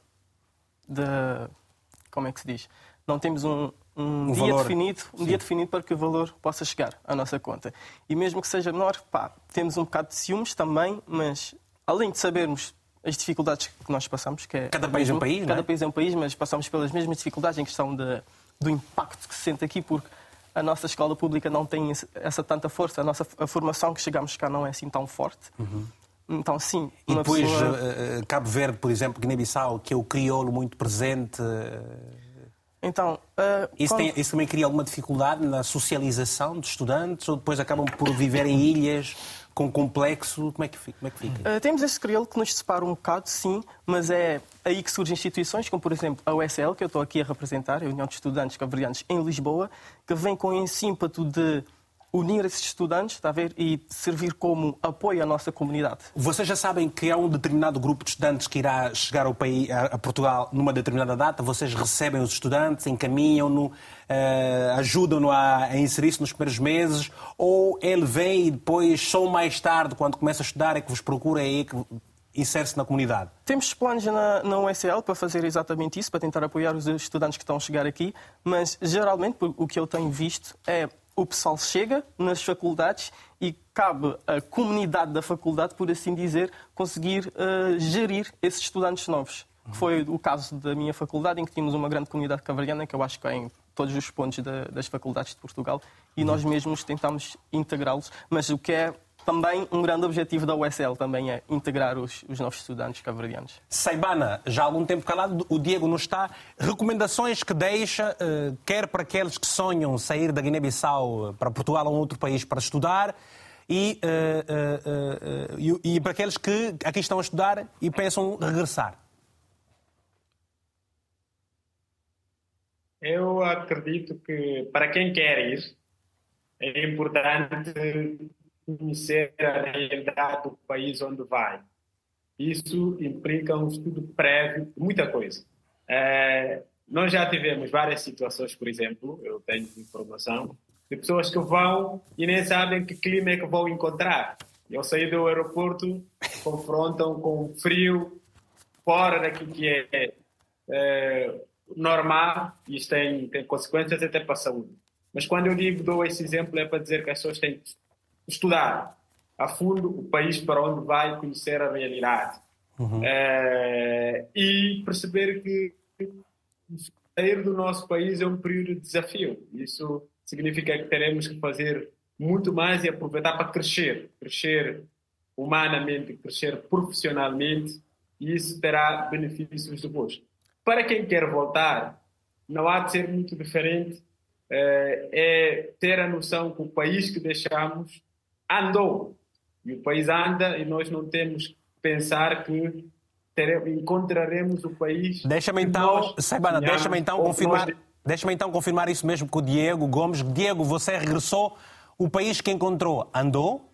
como é que se diz? Não temos um dia definido para que o valor possa chegar à nossa conta. E mesmo que seja menor, temos um bocado de ciúmes também, mas além de sabermos as dificuldades que nós passamos, que é... Cada país é um país, Cada país é um país, mas passamos pelas mesmas dificuldades em questão do impacto que se sente aqui, porque a nossa escola pública não tem essa tanta força, a formação que chegamos cá não é assim tão forte. Uhum. Então, sim. E depois, Cabo Verde, por exemplo, Guiné-Bissau, que é o crioulo muito presente... Então, isso também cria alguma dificuldade na socialização dos estudantes ou depois acabam por viver em ilhas com complexo, como é que fica? Temos esse crioulo que nos separa um bocado, sim, mas é aí que surgem instituições, como por exemplo a USL, que eu estou aqui a representar, a União de Estudantes Cabo-Verdianos em Lisboa, que vem com esse ímpeto de unir esses estudantes, está a ver, e servir como apoio à nossa comunidade. Vocês já sabem que há um determinado grupo de estudantes que irá chegar ao país, a Portugal numa determinada data? Vocês recebem os estudantes, encaminham-no, ajudam-no a inserir-se nos primeiros meses? Ou ele vem e depois, só mais tarde, quando começa a estudar, é que vos procura, é que insere-se na comunidade? Temos planos na USL para fazer exatamente isso, para tentar apoiar os estudantes que estão a chegar aqui, mas geralmente o que eu tenho visto é o pessoal chega nas faculdades e cabe à comunidade da faculdade, por assim dizer, conseguir gerir esses estudantes novos. Foi o caso da minha faculdade, em que tínhamos uma grande comunidade cabo-verdiana, que eu acho que é em todos os pontos das faculdades de Portugal, e nós mesmos tentámos integrá-los, mas o que é também um grande objetivo da USL também é integrar os novos estudantes cabo-verdianos. Saibana, já há algum tempo calado, o Diego não está. Recomendações que deixa, quer para aqueles que sonham sair da Guiné-Bissau para Portugal ou um outro país para estudar, e para aqueles que aqui estão a estudar e pensam regressar? Eu acredito que para quem quer ir, é importante conhecer a realidade do país onde vai. Isso implica um estudo prévio de muita coisa. Nós já tivemos várias situações, por exemplo, eu tenho informação, de pessoas que vão e nem sabem que clima é que vão encontrar. Eu saí do aeroporto, confrontam com frio, fora daquilo que é normal, e isso tem consequências até para a saúde. Mas quando eu dou esse exemplo, é para dizer que as pessoas têm que estudar a fundo o país para onde vai, conhecer a realidade. E perceber que sair do nosso país é um período de desafio. Isso significa que teremos que fazer muito mais e aproveitar para crescer humanamente, crescer profissionalmente, e isso terá benefícios depois. Para quem quer voltar, não há de ser muito diferente, é ter a noção que o país que deixamos andou. E o país anda e nós não temos que pensar que encontraremos o país. Deixa-me então, Saibana, deixa-me então confirmar isso mesmo com o Diego Gomes. Diego, você regressou, o país que encontrou andou?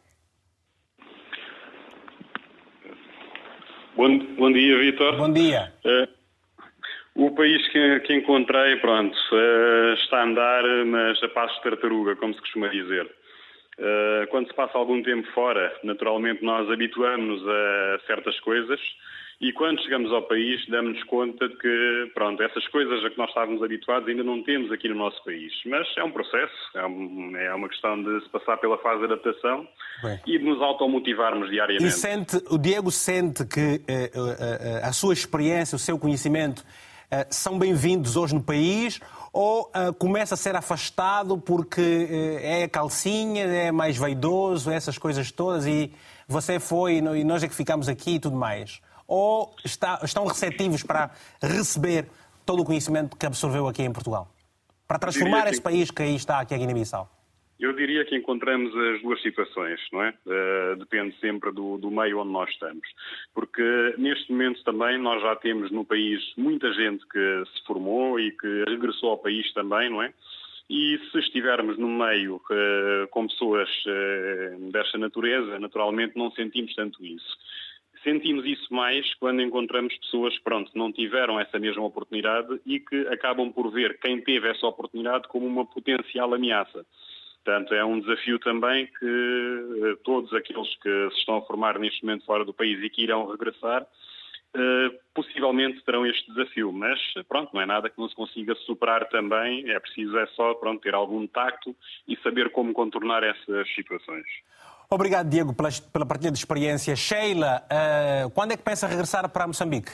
Bom dia, Vítor. Bom dia. O país que encontrei, pronto, está a andar, mas a passos de tartaruga, como se costuma dizer. Quando se passa algum tempo fora, naturalmente nós habituamos-nos a certas coisas, e quando chegamos ao país damos-nos conta de que, pronto, essas coisas a que nós estávamos habituados ainda não temos aqui no nosso país. Mas é um processo, é uma questão de se passar pela fase de adaptação. Bem, e de nos automotivarmos diariamente. E o Diego sente que a sua experiência, o seu conhecimento são bem-vindos hoje no país, ou começa a ser afastado porque é calcinha, é mais vaidoso, essas coisas todas, e você foi e nós é que ficamos aqui e tudo mais? Ou estão receptivos para receber todo o conhecimento que absorveu aqui em Portugal? Para transformar esse país que aí está, aqui a Guiné-Bissau? Eu diria que encontramos as duas situações, não é? Depende sempre do meio onde nós estamos. Porque neste momento também nós já temos no país muita gente que se formou e que regressou ao país também, não é? E se estivermos no meio com pessoas desta natureza, naturalmente não sentimos tanto isso. Sentimos isso mais quando encontramos pessoas que, pronto, não tiveram essa mesma oportunidade e que acabam por ver quem teve essa oportunidade como uma potencial ameaça. Portanto, é um desafio também que todos aqueles que se estão a formar neste momento fora do país e que irão regressar, possivelmente terão este desafio. Mas, pronto, não é nada que não se consiga superar também. É preciso só, pronto, ter algum tacto e saber como contornar essas situações. Obrigado, Diego, pela partilha de experiência. Sheila, quando é que pensa regressar para Moçambique?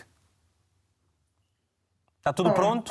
Está tudo pronto?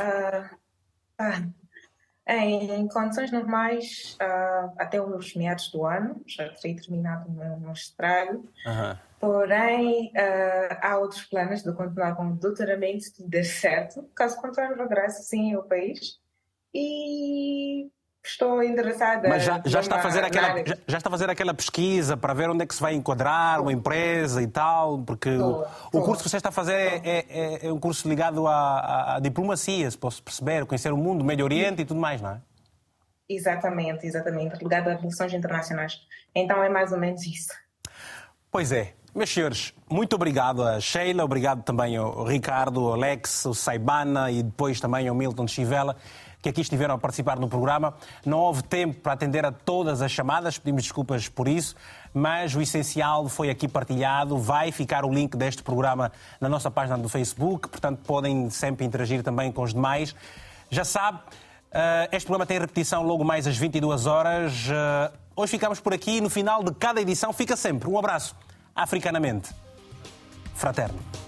Em condições normais, até os meados do ano, já terei terminado o meu estrago. Porém, há outros planos de continuar com o doutoramento, se tudo der certo. Caso contrário, regresso sim ao país. E Estou interessada. Mas já está a fazer aquela pesquisa para ver onde é que se vai enquadrar uma empresa e tal, porque o curso que você está a fazer é um curso ligado à diplomacia, se posso perceber, conhecer o mundo, o Médio Oriente e tudo mais, não é? Exatamente, ligado a relações internacionais. Então é mais ou menos isso. Pois é. Meus senhores, muito obrigado a Sheila, obrigado também ao Ricardo, ao Alex, ao Saibana e depois também ao Milton Chivela, que aqui estiveram a participar no programa. Não houve tempo para atender a todas as chamadas, pedimos desculpas por isso, mas o essencial foi aqui partilhado. Vai ficar o link deste programa na nossa página do Facebook, portanto podem sempre interagir também com os demais. Já sabe, este programa tem repetição logo mais às 22 horas. Hoje ficamos por aqui. No final de cada edição fica sempre um abraço africanamente fraterno.